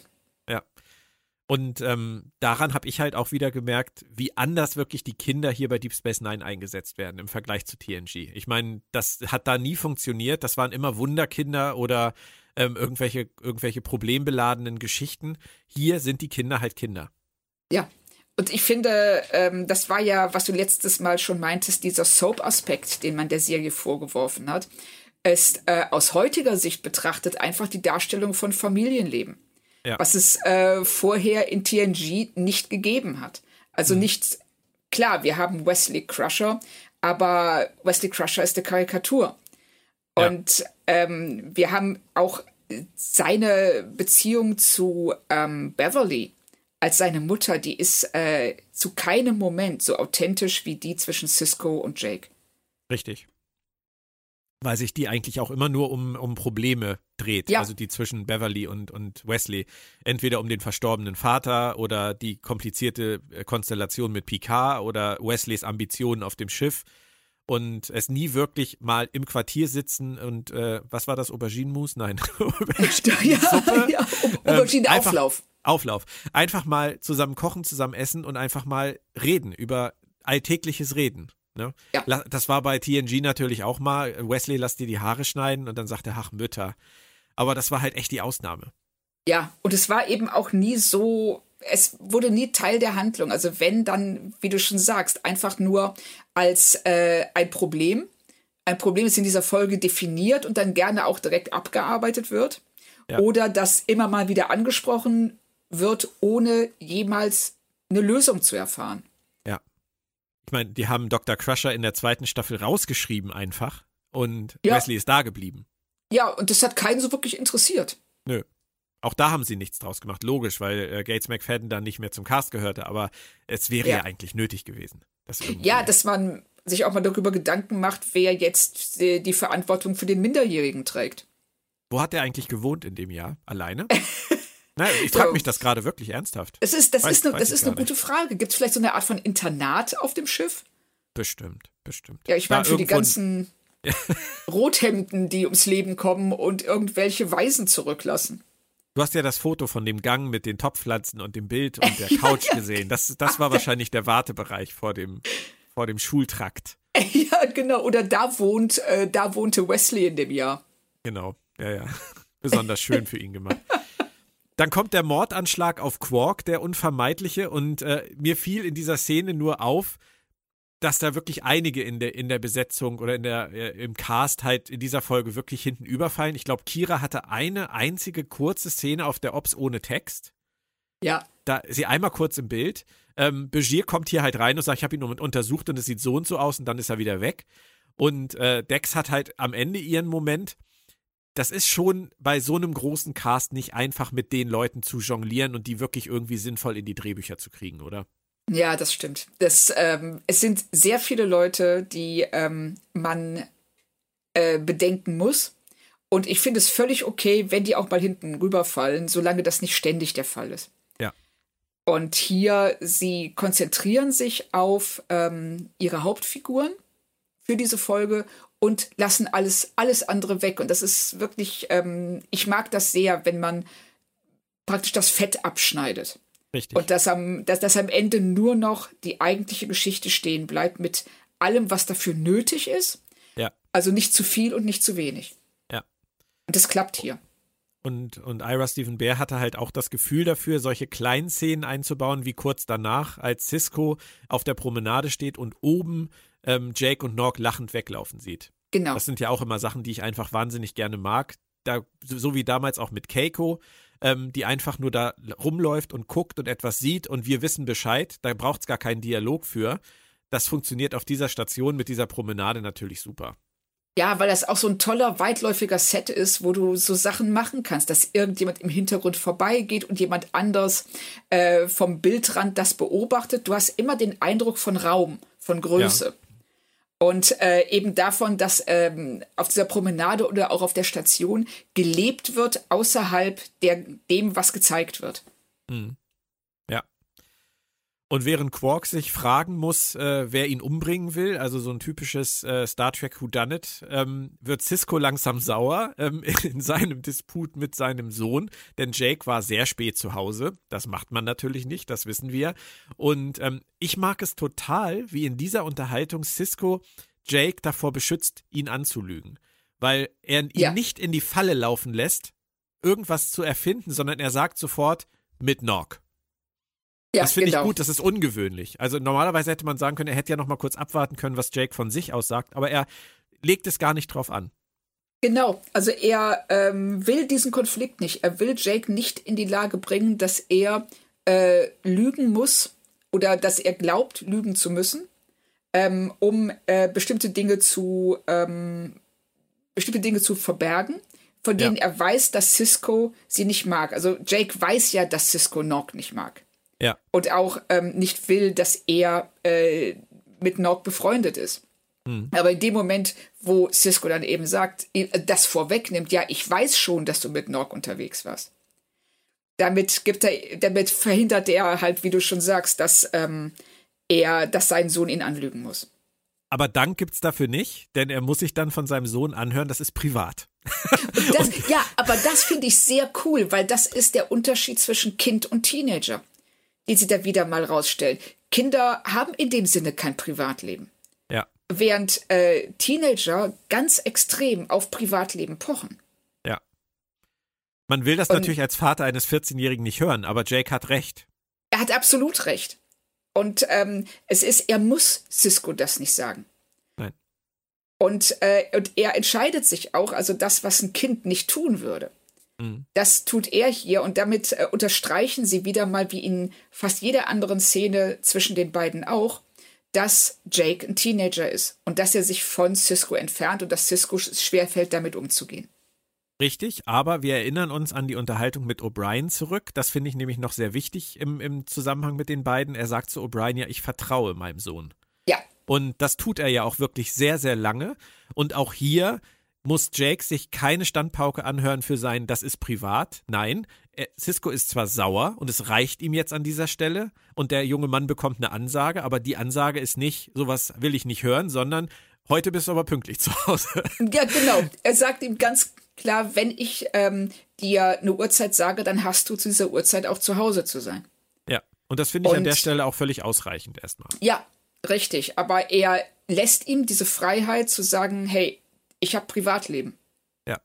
Und daran habe ich halt auch wieder gemerkt, wie anders wirklich die Kinder hier bei Deep Space Nine eingesetzt werden im Vergleich zu TNG. Ich meine, das hat da nie funktioniert. Das waren immer Wunderkinder oder irgendwelche problembeladenen Geschichten. Hier sind die Kinder halt Kinder. Ja, und ich finde, das war ja, was du letztes Mal schon meintest, dieser Soap-Aspekt, den man der Serie vorgeworfen hat, ist aus heutiger Sicht betrachtet einfach die Darstellung von Familienleben. Ja. Was es vorher in TNG nicht gegeben hat. Also nicht, klar, wir haben Wesley Crusher, aber Wesley Crusher ist eine Karikatur. Ja. Und wir haben auch seine Beziehung zu Beverly als seine Mutter, die ist zu keinem Moment so authentisch wie die zwischen Sisko und Jake. Richtig. Weil sich die eigentlich auch immer nur um Probleme dreht, also die zwischen Beverly und Wesley. Entweder um den verstorbenen Vater oder die komplizierte Konstellation mit Picard oder Wesleys Ambitionen auf dem Schiff und es nie wirklich mal im Quartier sitzen und was war das, Auberginenmus? Nein, Auberginensuppe. Ja, Auberginenauflauf. Auflauf. Einfach mal zusammen kochen, zusammen essen und einfach mal reden, über alltägliches Reden. Ne? Ja. Das war bei TNG natürlich auch mal. Wesley lässt dir die Haare schneiden und dann sagt er, ach Mütter. Aber das war halt echt die Ausnahme. Ja, und es war eben auch nie so, es wurde nie Teil der Handlung. Also wenn dann, wie du schon sagst, einfach nur als ein Problem. Ein Problem ist in dieser Folge definiert und dann gerne auch direkt abgearbeitet wird. Ja. Oder das immer mal wieder angesprochen wird, ohne jemals eine Lösung zu erfahren. Ich meine, die haben Dr. Crusher in der 2. Staffel rausgeschrieben einfach und Wesley ist da geblieben. Ja, und das hat keinen so wirklich interessiert. Nö. Auch da haben sie nichts draus gemacht, logisch, weil Gates McFadden dann nicht mehr zum Cast gehörte, aber es wäre ja eigentlich nötig gewesen. Dass man sich auch mal darüber Gedanken macht, wer jetzt die Verantwortung für den Minderjährigen trägt. Wo hat er eigentlich gewohnt in dem Jahr? Alleine? Na, ich frage mich das gerade wirklich ernsthaft. Das ist eine gute Frage. Gibt es vielleicht so eine Art von Internat auf dem Schiff? Bestimmt. Ja, ich meine, für die ganzen Rothemden, die ums Leben kommen und irgendwelche Waisen zurücklassen. Du hast ja das Foto von dem Gang mit den Topfpflanzen und dem Bild und der Couch gesehen. Das war wahrscheinlich der Wartebereich vor dem Schultrakt. Ja, genau. Oder da wohnte Wesley in dem Jahr. Genau, ja. Besonders schön für ihn gemacht. Dann kommt der Mordanschlag auf Quark, der unvermeidliche. Und mir fiel in dieser Szene nur auf, dass da wirklich einige in der Besetzung oder im Cast halt in dieser Folge wirklich hinten überfallen. Ich glaube, Kira hatte eine einzige kurze Szene auf der Ops ohne Text. Ja. Da ist sie einmal kurz im Bild. Begier kommt hier halt rein und sagt, ich habe ihn untersucht und es sieht so und so aus und dann ist er wieder weg. Und Dex hat halt am Ende ihren Moment. Das ist schon bei so einem großen Cast nicht einfach, mit den Leuten zu jonglieren und die wirklich irgendwie sinnvoll in die Drehbücher zu kriegen, oder? Ja, das stimmt. Es sind sehr viele Leute, die man bedenken muss. Und ich finde es völlig okay, wenn die auch mal hinten rüberfallen, solange das nicht ständig der Fall ist. Ja. Und hier, sie konzentrieren sich auf ihre Hauptfiguren für diese Folge und lassen alles andere weg. Und das ist wirklich, ich mag das sehr, wenn man praktisch das Fett abschneidet. Richtig. Und dass am Ende nur noch die eigentliche Geschichte stehen bleibt mit allem, was dafür nötig ist. Ja. Also nicht zu viel und nicht zu wenig. Ja. Und das klappt hier. Und Ira Steven Behr hatte halt auch das Gefühl dafür, solche kleinen Szenen einzubauen, wie kurz danach, als Sisko auf der Promenade steht und oben Jake und Nog lachend weglaufen sieht. Genau. Das sind ja auch immer Sachen, die ich einfach wahnsinnig gerne mag. So wie damals auch mit Keiko, die einfach nur da rumläuft und guckt und etwas sieht und wir wissen Bescheid. Da braucht es gar keinen Dialog für. Das funktioniert auf dieser Station mit dieser Promenade natürlich super. Ja, weil das auch so ein toller, weitläufiger Set ist, wo du so Sachen machen kannst, dass irgendjemand im Hintergrund vorbeigeht und jemand anders vom Bildrand das beobachtet. Du hast immer den Eindruck von Raum, von Größe. Ja. Und eben davon, dass auf dieser Promenade oder auch auf der Station gelebt wird außerhalb dem, was gezeigt wird. Mhm. Ja. Und während Quark sich fragen muss, wer ihn umbringen will, also so ein typisches Star Trek Whodunit, wird Sisko langsam sauer in seinem Disput mit seinem Sohn, denn Jake war sehr spät zu Hause. Das macht man natürlich nicht, das wissen wir. Und ich mag es total, wie in dieser Unterhaltung Sisko Jake davor beschützt, ihn anzulügen, weil er ihn nicht in die Falle laufen lässt, irgendwas zu erfinden, sondern er sagt sofort mit Nog. Ja, das finde ich gut, das ist ungewöhnlich. Also normalerweise hätte man sagen können, er hätte ja noch mal kurz abwarten können, was Jake von sich aus sagt, aber er legt es gar nicht drauf an. Genau, also er will diesen Konflikt nicht. Er will Jake nicht in die Lage bringen, dass er lügen muss oder dass er glaubt, lügen zu müssen, um bestimmte Dinge zu verbergen, von denen er weiß, dass Sisko sie nicht mag. Also Jake weiß ja, dass Sisko Nog nicht mag. Ja. Und auch nicht will, dass er mit Nog befreundet ist. Mhm. Aber in dem Moment, wo Sisko dann eben sagt, das vorwegnimmt, ja, ich weiß schon, dass du mit Nog unterwegs warst. Damit verhindert er halt, wie du schon sagst, dass sein Sohn ihn anlügen muss. Aber Dank gibt's dafür nicht, denn er muss sich dann von seinem Sohn anhören, das ist privat. Aber das finde ich sehr cool, weil das ist der Unterschied zwischen Kind und Teenager, die sie da wieder mal rausstellen. Kinder haben in dem Sinne kein Privatleben. Ja. Während Teenager ganz extrem auf Privatleben pochen. Ja. Man will das natürlich als Vater eines 14-Jährigen nicht hören, aber Jake hat recht. Er hat absolut recht. Und er muss Sisko das nicht sagen. Nein. Und er entscheidet sich auch, also das, was ein Kind nicht tun würde. Mhm. Das tut er hier und damit unterstreichen sie wieder mal, wie in fast jeder anderen Szene zwischen den beiden auch, dass Jake ein Teenager ist und dass er sich von Sisko entfernt und dass Sisko es schwerfällt, damit umzugehen. Richtig, aber wir erinnern uns an die Unterhaltung mit O'Brien zurück. Das finde ich nämlich noch sehr wichtig im Zusammenhang mit den beiden. Er sagt zu O'Brien ja, ich vertraue meinem Sohn. Ja. Und das tut er ja auch wirklich sehr, sehr lange. Und auch hier muss Jake sich keine Standpauke anhören für sein, das ist privat. Nein, Sisko ist zwar sauer und es reicht ihm jetzt an dieser Stelle und der junge Mann bekommt eine Ansage, aber die Ansage ist nicht, sowas will ich nicht hören, sondern heute bist du aber pünktlich zu Hause. Ja, genau. Er sagt ihm ganz klar, wenn ich dir eine Uhrzeit sage, dann hast du zu dieser Uhrzeit auch zu Hause zu sein. Ja, und das finde ich an der Stelle auch völlig ausreichend erstmal. Ja, richtig. Aber er lässt ihm diese Freiheit zu sagen, hey, ich habe Privatleben. Ja.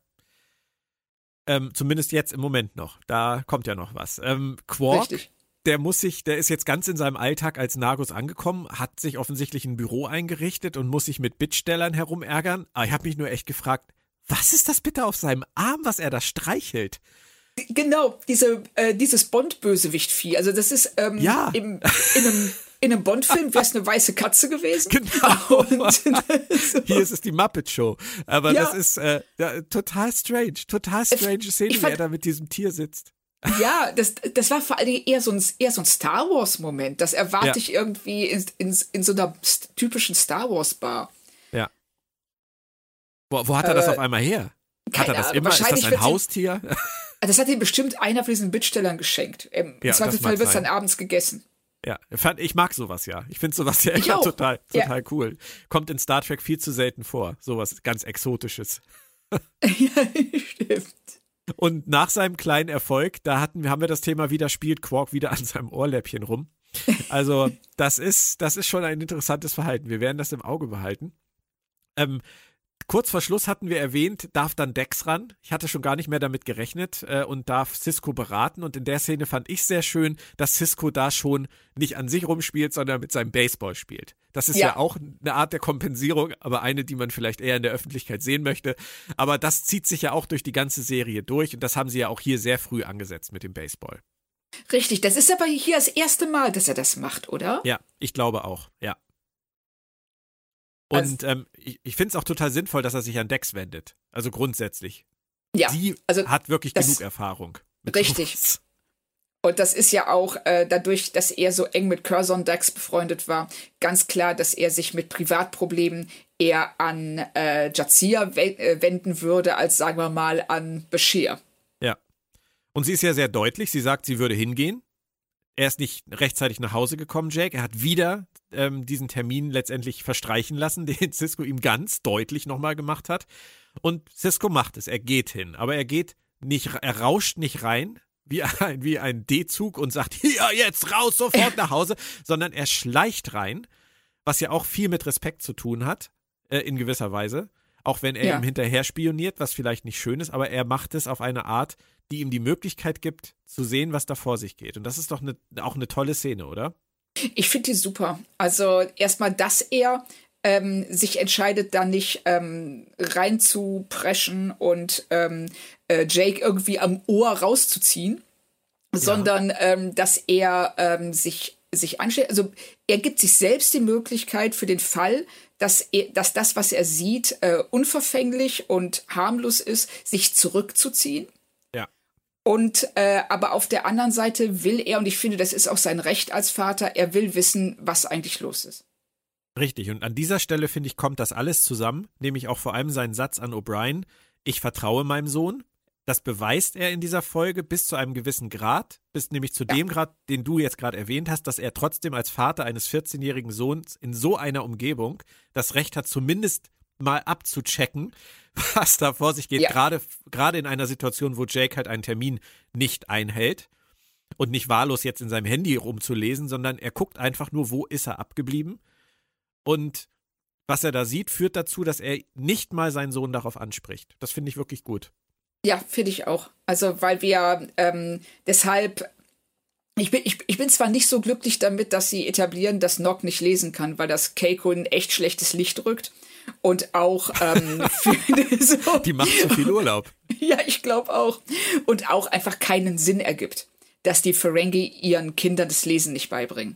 Zumindest jetzt im Moment noch. Da kommt ja noch was. Quark, Richtig. der ist jetzt ganz in seinem Alltag als Nagus angekommen, hat sich offensichtlich ein Büro eingerichtet und muss sich mit Bittstellern herumärgern. Aber ich habe mich nur echt gefragt, was ist das bitte auf seinem Arm, was er da streichelt? Genau, dieses Bond-Bösewicht-Vieh. Also das ist Ja. in einem Bond-Film wäre es eine weiße Katze gewesen. Genau. Und Hier ist es die Muppet Show. Aber Ja. das ist total strange Szene, wie er da mit diesem Tier sitzt. ja, das war vor allen Dingen eher so ein Star Wars-Moment. Das erwarte Ja. ich irgendwie in so einer typischen Star Wars-Bar. Ja. Wo hat er das auf einmal her? Hat er das Ahnung, immer? Ist das wahrscheinlich ein wird's ihm- Haustier? Das hat ihm bestimmt einer von diesen Bittstellern geschenkt. Im Ja, Zweifelsfall das mag wird es dann sein. abends gegessen. Ja, ich mag sowas ja. Ich finde sowas ja Ich immer auch. total Ja. cool. Kommt in Star Trek viel zu selten vor. Sowas ganz Exotisches. Ja, stimmt. Und nach seinem kleinen Erfolg, haben wir das Thema wieder, spielt Quark wieder an seinem Ohrläppchen rum. Also, das ist schon ein interessantes Verhalten. Wir werden das im Auge behalten. Kurz vor Schluss hatten wir erwähnt, darf dann Dex ran. Ich hatte schon gar nicht mehr damit gerechnet und darf Sisko beraten. Und in der Szene fand ich sehr schön, dass Sisko da schon nicht an sich rumspielt, sondern mit seinem Baseball spielt. Das ist ja auch eine Art der Kompensierung, aber eine, die man vielleicht eher in der Öffentlichkeit sehen möchte. Aber das zieht sich ja auch durch die ganze Serie durch und das haben sie ja auch hier sehr früh angesetzt mit dem Baseball. Richtig, das ist aber hier das erste Mal, dass er das macht, oder? Ja, ich glaube auch, ja. Und ich finde es auch total sinnvoll, dass er sich an Dex wendet. Also grundsätzlich. Ja, Sie also hat wirklich das- genug Erfahrung. Mit Richtig. sowas. Und das ist ja auch dadurch, dass er so eng mit Curzon Dax befreundet war, ganz klar, dass er sich mit Privatproblemen eher an Jadzia wenden würde, als sagen wir mal an Bashir. Ja. Und sie ist ja sehr deutlich. Sie sagt, sie würde hingehen. Er ist nicht rechtzeitig nach Hause gekommen, Jake. Er hat wieder diesen Termin letztendlich verstreichen lassen, den Sisko ihm ganz deutlich nochmal gemacht hat. Und Sisko macht es. Er geht hin. Aber er rauscht nicht rein, wie ein D-Zug und sagt, hier, jetzt raus, sofort nach Hause, sondern er schleicht rein, was ja auch viel mit Respekt zu tun hat, in gewisser Weise. Auch wenn er ihm hinterher spioniert, was vielleicht nicht schön ist, aber er macht es auf eine Art, die ihm die Möglichkeit gibt, zu sehen, was da vor sich geht. Und das ist doch auch eine tolle Szene, oder? Ich finde die super. Also erstmal, dass er sich entscheidet, da nicht rein zu preschen und Jake irgendwie am Ohr rauszuziehen, sondern dass er sich anstellt. Also er gibt sich selbst die Möglichkeit für den Fall, dass das, was er sieht, unverfänglich und harmlos ist, sich zurückzuziehen. Ja. Und aber auf der anderen Seite will er, und ich finde, das ist auch sein Recht als Vater, er will wissen, was eigentlich los ist. Richtig. Und an dieser Stelle, finde ich, kommt das alles zusammen, nämlich auch vor allem seinen Satz an O'Brien, ich vertraue meinem Sohn. Das beweist er in dieser Folge bis zu einem gewissen Grad, bis nämlich zu dem Grad, den du jetzt gerade erwähnt hast, dass er trotzdem als Vater eines 14-jährigen Sohns in so einer Umgebung das Recht hat, zumindest mal abzuchecken, was da vor sich geht, gerade in einer Situation, wo Jake halt einen Termin nicht einhält und nicht wahllos jetzt in seinem Handy rumzulesen, sondern er guckt einfach nur, wo ist er abgeblieben. Und was er da sieht, führt dazu, dass er nicht mal seinen Sohn darauf anspricht. Das finde ich wirklich gut. Ja, finde ich auch. Also, weil wir deshalb, ich bin zwar nicht so glücklich damit, dass sie etablieren, dass Nock nicht lesen kann, weil das Keiko in echt schlechtes Licht rückt. Und auch Die macht zu viel Urlaub. Ja, ich glaube auch. Und auch einfach keinen Sinn ergibt, dass die Ferengi ihren Kindern das Lesen nicht beibringen.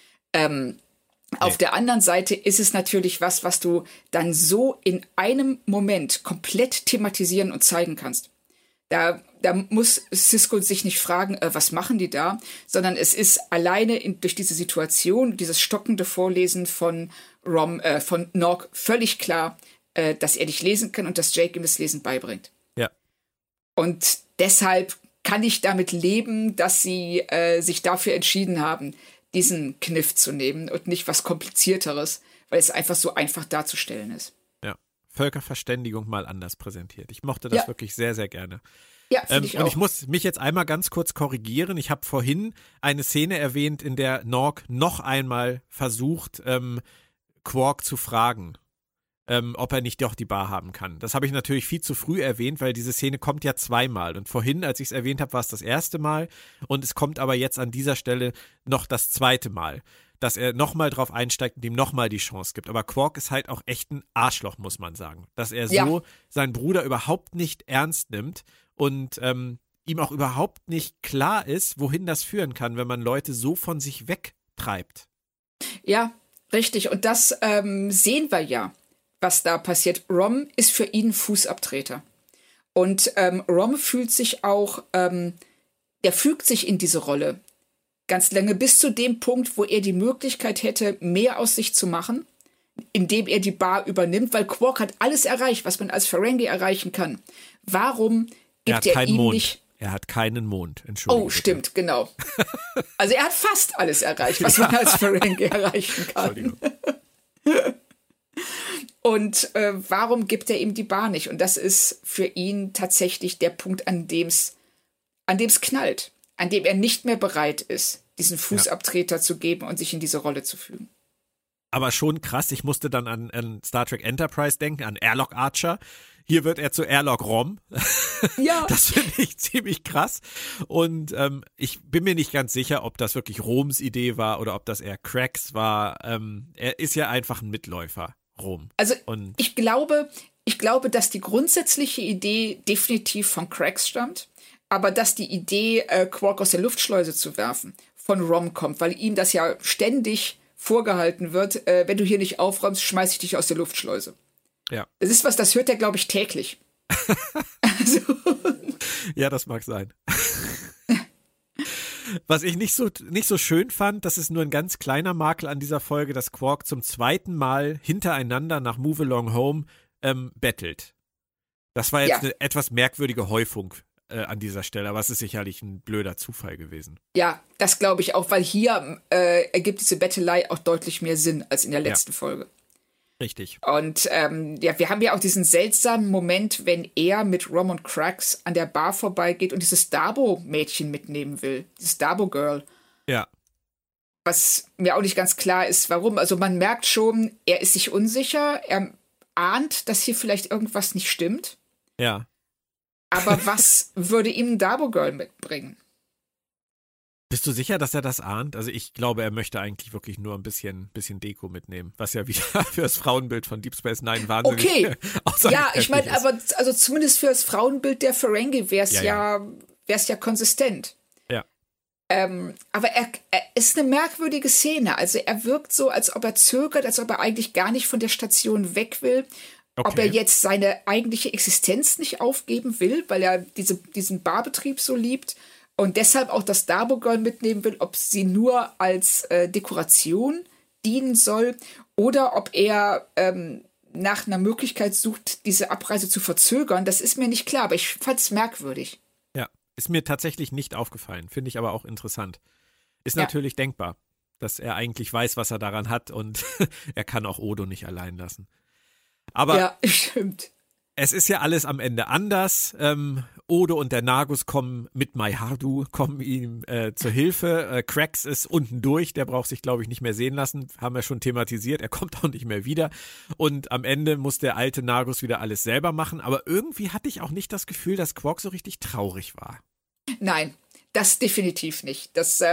Auf der anderen Seite ist es natürlich was du dann so in einem Moment komplett thematisieren und zeigen kannst. Da muss Sisko sich nicht fragen, was machen die da, sondern es ist alleine durch diese Situation, dieses stockende Vorlesen von Nog völlig klar, dass er nicht lesen kann und dass Jake ihm das Lesen beibringt. Ja. Und deshalb kann ich damit leben, dass sie sich dafür entschieden haben, diesen Kniff zu nehmen und nicht was Komplizierteres, weil es einfach so einfach darzustellen ist. Ja, Völkerverständigung mal anders präsentiert. Ich mochte das wirklich sehr, sehr gerne. Ja, finde ich auch. Und ich muss mich jetzt einmal ganz kurz korrigieren. Ich habe vorhin eine Szene erwähnt, in der Nog noch einmal versucht, Quark zu fragen, ob er nicht doch die Bar haben kann. Das habe ich natürlich viel zu früh erwähnt, weil diese Szene kommt ja zweimal. Und vorhin, als ich es erwähnt habe, war es das erste Mal. Und es kommt aber jetzt an dieser Stelle noch das zweite Mal, dass er nochmal drauf einsteigt und ihm nochmal die Chance gibt. Aber Quark ist halt auch echt ein Arschloch, muss man sagen. Dass er so seinen Bruder überhaupt nicht ernst nimmt und ihm auch überhaupt nicht klar ist, wohin das führen kann, wenn man Leute so von sich wegtreibt. Ja, richtig. Und das sehen wir ja, was da passiert. Rom ist für ihn Fußabtreter. Und Rom fühlt sich auch, der fügt sich in diese Rolle ganz lange, bis zu dem Punkt, wo er die Möglichkeit hätte, mehr aus sich zu machen, indem er die Bar übernimmt, weil Quark hat alles erreicht, was man als Ferengi erreichen kann. Warum gibt er ihm nicht... Er hat keinen Mond, Entschuldigung. Oh, stimmt, genau. Also er hat fast alles erreicht, was man als Ferengi erreichen kann. Entschuldigung. Und warum gibt er ihm die Bar nicht? Und das ist für ihn tatsächlich der Punkt, an dem es knallt, an dem er nicht mehr bereit ist, diesen Fußabtreter zu geben und sich in diese Rolle zu fügen. Aber schon krass, ich musste dann an Star Trek Enterprise denken, an Airlock Archer. Hier wird er zu Airlock Rom. Ja. Das finde ich ziemlich krass. Und ich bin mir nicht ganz sicher, ob das wirklich Roms Idee war oder ob das eher Cracks war. Er ist ja einfach ein Mitläufer, Rom. Also ich glaube, dass die grundsätzliche Idee definitiv von Cracks stammt, aber dass die Idee, Quark aus der Luftschleuse zu werfen, von Rom kommt, weil ihm das ja ständig vorgehalten wird, wenn du hier nicht aufräumst, schmeiß ich dich aus der Luftschleuse. Ja. Das ist was, das hört er, glaube ich, täglich. Also. Ja, das mag sein. Was ich nicht so schön fand, das ist nur ein ganz kleiner Makel an dieser Folge, dass Quark zum zweiten Mal hintereinander nach Move Along Home bettelt. Das war jetzt eine etwas merkwürdige Häufung an dieser Stelle, aber es ist sicherlich ein blöder Zufall gewesen. Ja, das glaube ich auch, weil hier ergibt diese Bettelei auch deutlich mehr Sinn als in der letzten Folge. Richtig. Und wir haben ja auch diesen seltsamen Moment, wenn er mit Rom und Cracks an der Bar vorbeigeht und dieses Dabo-Mädchen mitnehmen will. Dieses Dabo-Girl. Ja. Was mir auch nicht ganz klar ist, warum. Also man merkt schon, er ist sich unsicher. Er ahnt, dass hier vielleicht irgendwas nicht stimmt. Ja. Aber was würde ihm ein Dabo-Girl mitbringen? Bist du sicher, dass er das ahnt? Also ich glaube, er möchte eigentlich wirklich nur ein bisschen Deko mitnehmen, was ja wieder für das Frauenbild von Deep Space Nine wahnsinnig ja, ich meine, aber also zumindest für das Frauenbild der Ferengi wäre es ja konsistent. Ja. Aber er ist eine merkwürdige Szene. Also er wirkt so, als ob er zögert, als ob er eigentlich gar nicht von der Station weg will. Okay. Ob er jetzt seine eigentliche Existenz nicht aufgeben will, weil er diesen Barbetrieb so liebt. Und deshalb auch das Dabo-Girl mitnehmen will, ob sie nur als Dekoration dienen soll oder ob er nach einer Möglichkeit sucht, diese Abreise zu verzögern. Das ist mir nicht klar, aber ich fand es merkwürdig. Ja, ist mir tatsächlich nicht aufgefallen, finde ich aber auch interessant. Ist natürlich denkbar, dass er eigentlich weiß, was er daran hat und er kann auch Odo nicht allein lassen. Aber ja, stimmt. Es ist ja alles am Ende anders. Odo und der Nagus kommen mit Maihardu, kommen ihm zur Hilfe. Cracks ist unten durch, der braucht sich, glaube ich, nicht mehr sehen lassen. Haben wir schon thematisiert, er kommt auch nicht mehr wieder. Und am Ende muss der alte Nagus wieder alles selber machen. Aber irgendwie hatte ich auch nicht das Gefühl, dass Quark so richtig traurig war. Nein, das definitiv nicht.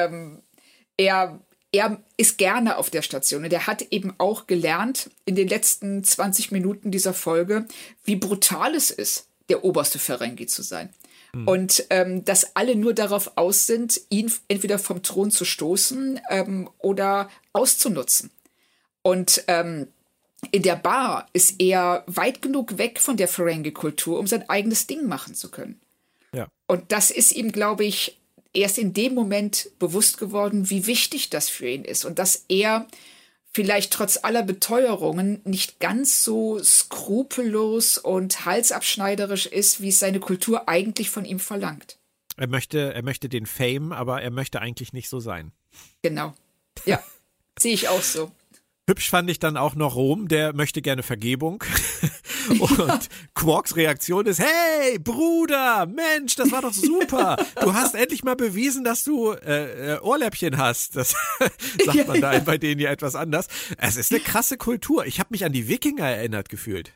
Er ist gerne auf der Station und er hat eben auch gelernt in den letzten 20 Minuten dieser Folge, wie brutal es ist, der oberste Ferengi zu sein. Mhm. Und dass alle nur darauf aus sind, ihn entweder vom Thron zu stoßen oder auszunutzen. Und in der Bar ist er weit genug weg von der Ferengi-Kultur, um sein eigenes Ding machen zu können. Ja. Und das ist ihm, glaube ich, erst in dem Moment bewusst geworden, wie wichtig das für ihn ist. Und dass er vielleicht trotz aller Beteuerungen nicht ganz so skrupellos und halsabschneiderisch ist, wie es seine Kultur eigentlich von ihm verlangt. Er möchte den Fame, aber er möchte eigentlich nicht so sein. Genau. Ja, sehe ich auch so. Hübsch fand ich dann auch noch Rom, der möchte gerne Vergebung. Und Quarks Reaktion ist, hey, Bruder, Mensch, das war doch super. Du hast endlich mal bewiesen, dass du Ohrläppchen hast. Das sagt man da bei denen ja etwas anders. Es ist eine krasse Kultur. Ich habe mich an die Wikinger erinnert gefühlt.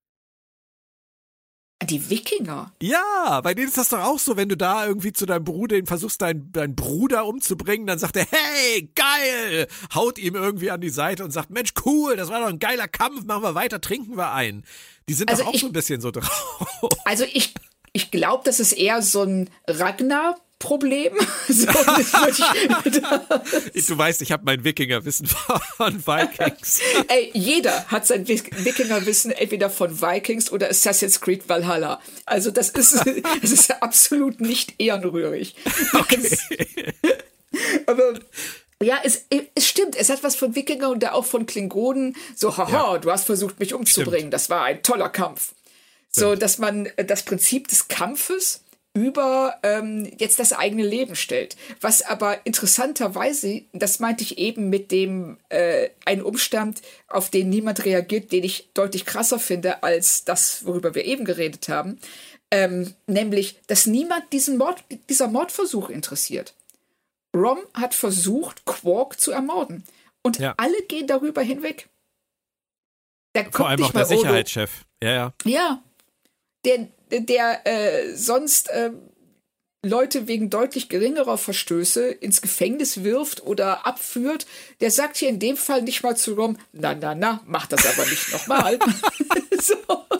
Die Wikinger? Ja, bei denen ist das doch auch so, wenn du da irgendwie zu deinem Bruder, versuchst deinen Bruder umzubringen, dann sagt er, hey, geil, haut ihm irgendwie an die Seite und sagt, Mensch, cool, das war doch ein geiler Kampf, machen wir weiter, trinken wir ein. Die sind doch auch so ein bisschen so drauf. Also ich glaube, das ist eher so ein Ragnar-Problem. So, du weißt, ich habe mein Wikinger-Wissen von Vikings. Ey, jeder hat sein Wikinger-Wissen entweder von Vikings oder Assassin's Creed Valhalla. Also das ist absolut nicht ehrenrührig. Okay. Aber ja, es stimmt, es hat was von Wikinger und auch von Klingonen. So, haha, du hast versucht, mich umzubringen. Stimmt. Das war ein toller Kampf. So, dass man das Prinzip des Kampfes über jetzt das eigene Leben stellt. Was aber interessanterweise, das meinte ich eben mit dem ein Umstand, auf den niemand reagiert, den ich deutlich krasser finde als das, worüber wir eben geredet haben, nämlich, dass niemand dieser Mordversuch interessiert. Rom hat versucht, Quark zu ermorden. Und alle gehen darüber hinweg. Vor allem auch der Sicherheitschef. Ja. Ja, der sonst Leute wegen deutlich geringerer Verstöße ins Gefängnis wirft oder abführt, der sagt hier in dem Fall nicht mal zu Rom, na, mach das aber nicht nochmal. So.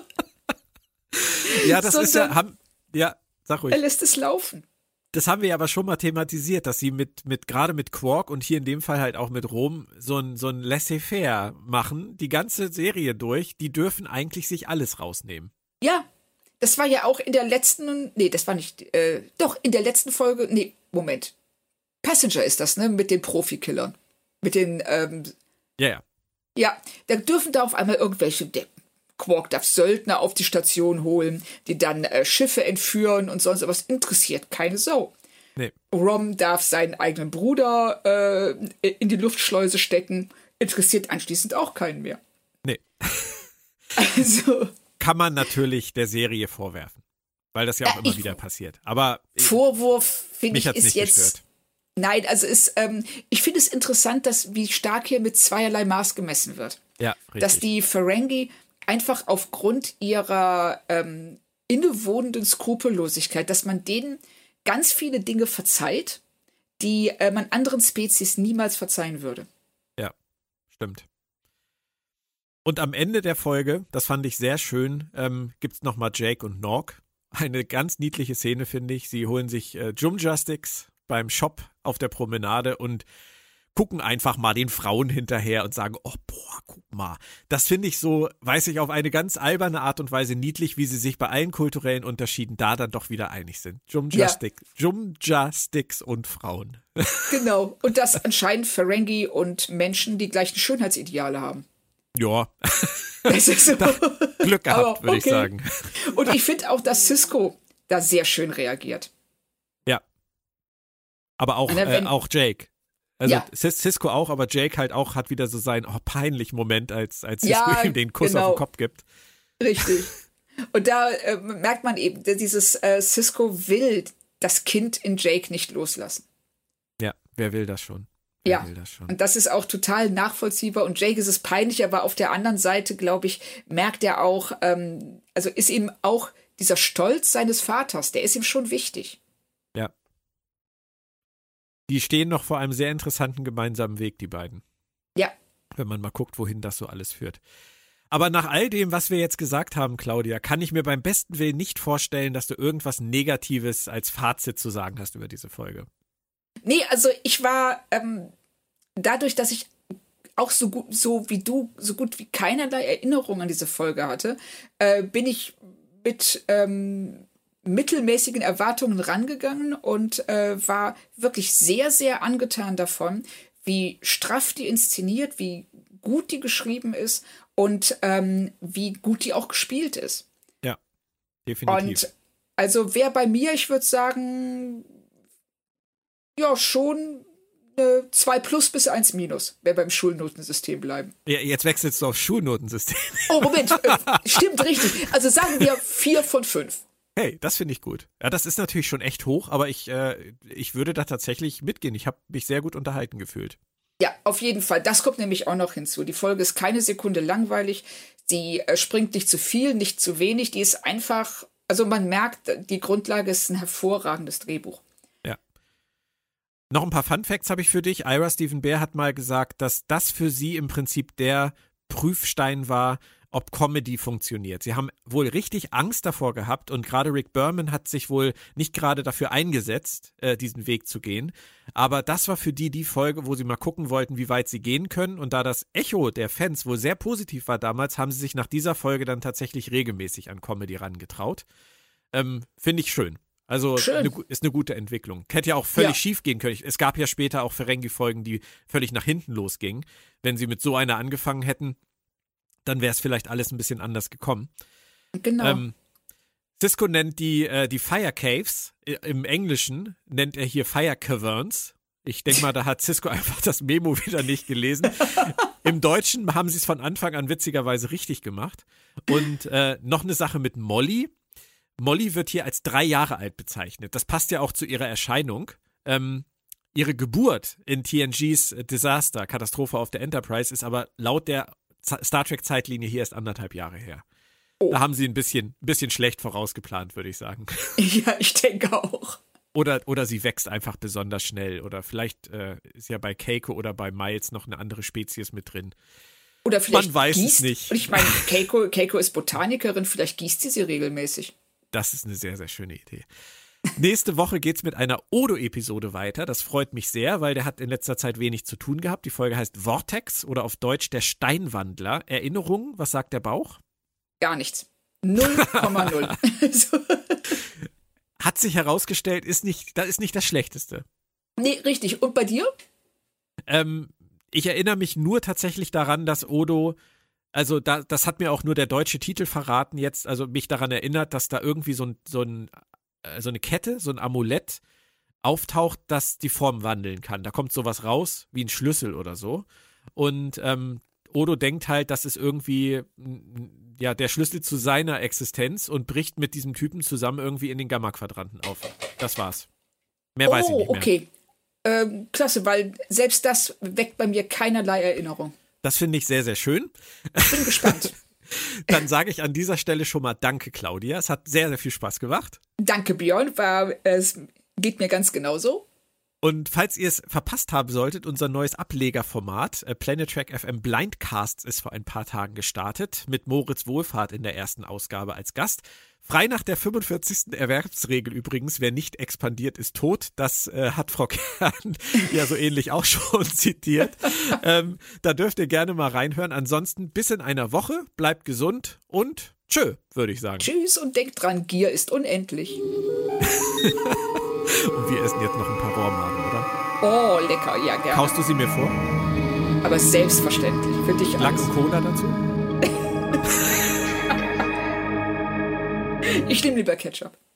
Ja, das ist ja, sag ruhig. Er lässt es laufen. Das haben wir aber schon mal thematisiert, dass sie gerade mit Quark und hier in dem Fall halt auch mit Rom so ein Laissez-faire machen, die ganze Serie durch, die dürfen eigentlich sich alles rausnehmen. Ja, das war ja auch in der letzten, das war nicht, doch, in der letzten Folge, Moment. Passenger ist das, ne, mit den Profikillern. Mit den, Ja. Ja, da dürfen da auf einmal irgendwelche, Quark darf Söldner auf die Station holen, die dann Schiffe entführen und sonst was, interessiert keine Sau. Nee. Rom darf seinen eigenen Bruder in die Luftschleuse stecken, interessiert anschließend auch keinen mehr. Nee. Also kann man natürlich der Serie vorwerfen, weil das ja auch immer wieder passiert. Aber Vorwurf, finde ich, ist nicht jetzt gestört. Nein, also ich finde es interessant, wie stark hier mit zweierlei Maß gemessen wird. Ja, richtig. Dass die Ferengi einfach aufgrund ihrer innewohnenden Skrupellosigkeit, dass man denen ganz viele Dinge verzeiht, die man anderen Spezies niemals verzeihen würde. Ja, stimmt. Und am Ende der Folge, das fand ich sehr schön, gibt's nochmal Jake und Nog. Eine ganz niedliche Szene, finde ich. Sie holen sich Jumja-Sticks beim Shop auf der Promenade und gucken einfach mal den Frauen hinterher und sagen, oh boah, guck mal. Das finde ich so, weiß ich, auf eine ganz alberne Art und Weise niedlich, wie sie sich bei allen kulturellen Unterschieden da dann doch wieder einig sind. Jumja-Sticks und Frauen. Genau. Und dass anscheinend Ferengi und Menschen die gleichen Schönheitsideale haben. Ja. Das ist so. Glück gehabt, würde ich sagen. Und ich finde auch, dass Sisko da sehr schön reagiert. Ja. Aber auch Jake. Also ja. Sisko auch, aber Jake halt auch hat wieder so seinen peinlichen Moment, als Sisko ihm den Kuss auf den Kopf gibt. Richtig. Und da merkt man eben, dieses Sisko will das Kind in Jake nicht loslassen. Ja, wer will das schon? Ja, und das ist auch total nachvollziehbar. Und Jake ist es peinlich, aber auf der anderen Seite, glaube ich, merkt er auch, also ist ihm auch dieser Stolz seines Vaters, der ist ihm schon wichtig. Ja. Die stehen noch vor einem sehr interessanten gemeinsamen Weg, die beiden. Ja. Wenn man mal guckt, wohin das so alles führt. Aber nach all dem, was wir jetzt gesagt haben, Claudia, kann ich mir beim besten Willen nicht vorstellen, dass du irgendwas Negatives als Fazit zu sagen hast über diese Folge. Nee, also ich war dadurch, dass ich auch so gut wie keinerlei Erinnerung an diese Folge hatte, bin ich mit mittelmäßigen Erwartungen rangegangen und war wirklich sehr, sehr angetan davon, wie straff die inszeniert, wie gut die geschrieben ist und wie gut die auch gespielt ist. Ja, definitiv. Und also wäre bei mir, ich würde sagen, ja, schon 2+ bis 1-, wäre beim Schulnotensystem bleiben. Ja, jetzt wechselst du auf Schulnotensystem. Oh, Moment, stimmt richtig. Also sagen wir 4 von 5. Hey, das finde ich gut. Ja, das ist natürlich schon echt hoch, aber ich würde da tatsächlich mitgehen. Ich habe mich sehr gut unterhalten gefühlt. Ja, auf jeden Fall. Das kommt nämlich auch noch hinzu. Die Folge ist keine Sekunde langweilig. Sie springt nicht zu viel, nicht zu wenig. Die ist einfach, also man merkt, die Grundlage ist ein hervorragendes Drehbuch. Ja. Noch ein paar Fun-Facts habe ich für dich. Ira Steven Behr hat mal gesagt, dass das für sie im Prinzip der Prüfstein war, ob Comedy funktioniert. Sie haben wohl richtig Angst davor gehabt und gerade Rick Berman hat sich wohl nicht gerade dafür eingesetzt, diesen Weg zu gehen. Aber das war für die Folge, wo sie mal gucken wollten, wie weit sie gehen können. Und da das Echo der Fans wohl sehr positiv war damals, haben sie sich nach dieser Folge dann tatsächlich regelmäßig an Comedy rangetraut. Finde ich schön. Also ist eine gute Entwicklung. Hätte ja auch völlig schief gehen können. Es gab ja später auch Ferengi-Folgen, die völlig nach hinten losgingen. Wenn sie mit so einer angefangen hätten, dann wäre es vielleicht alles ein bisschen anders gekommen. Genau. Sisko nennt die Fire Caves, im Englischen nennt er hier Fire Caverns. Ich denke mal, da hat Sisko einfach das Memo wieder nicht gelesen. Im Deutschen haben sie es von Anfang an witzigerweise richtig gemacht. Und noch eine Sache mit Molly. Molly wird hier als 3 Jahre alt bezeichnet. Das passt ja auch zu ihrer Erscheinung. Ihre Geburt in TNGs Disaster, Katastrophe auf der Enterprise, ist aber laut der Star Trek-Zeitlinie hier erst 1,5 Jahre her. Oh. Da haben sie ein bisschen schlecht vorausgeplant, würde ich sagen. Ja, ich denke auch. Oder sie wächst einfach besonders schnell. Oder vielleicht ist ja bei Keiko oder bei Miles noch eine andere Spezies mit drin. Oder vielleicht man weiß es nicht. Und ich meine, Keiko ist Botanikerin, vielleicht gießt sie regelmäßig. Das ist eine sehr, sehr schöne Idee. Nächste Woche geht's mit einer Odo-Episode weiter. Das freut mich sehr, weil der hat in letzter Zeit wenig zu tun gehabt. Die Folge heißt Vortex oder auf Deutsch der Steinwandler. Erinnerungen, was sagt der Bauch? Gar nichts. 0,0. Hat sich herausgestellt, das ist nicht das Schlechteste. Nee, richtig. Und bei dir? Ich erinnere mich nur tatsächlich daran, dass Odo, also das hat mir auch nur der deutsche Titel verraten jetzt, also mich daran erinnert, dass da irgendwie so eine Kette, so ein Amulett auftaucht, das die Form wandeln kann. Da kommt sowas raus, wie ein Schlüssel oder so. Und Odo denkt halt, das ist irgendwie ja der Schlüssel zu seiner Existenz und bricht mit diesem Typen zusammen irgendwie in den Gamma-Quadranten auf. Das war's. Mehr weiß ich nicht mehr. Okay. Klasse, weil selbst das weckt bei mir keinerlei Erinnerung. Das finde ich sehr, sehr schön. Ich bin gespannt. Dann sage ich an dieser Stelle schon mal Danke, Claudia. Es hat sehr, sehr viel Spaß gemacht. Danke, Björn. Es geht mir ganz genauso. Und falls ihr es verpasst haben solltet, unser neues Ablegerformat Planet Trek FM Blindcasts ist vor ein paar Tagen gestartet, mit Moritz Wohlfahrt in der ersten Ausgabe als Gast. Frei nach der 45. Erwerbsregel übrigens, wer nicht expandiert, ist tot. Das hat Frau Kern ja so ähnlich auch schon zitiert. Da dürft ihr gerne mal reinhören. Ansonsten bis in einer Woche, bleibt gesund und tschö, würde ich sagen. Tschüss und denkt dran, Gier ist unendlich. Und wir essen jetzt noch ein paar Rohrmaden, oder? Oh, lecker, ja, gerne. Kaust du sie mir vor? Aber selbstverständlich, für dich alles. Lachs und Cola dazu? Ich nehme lieber Ketchup.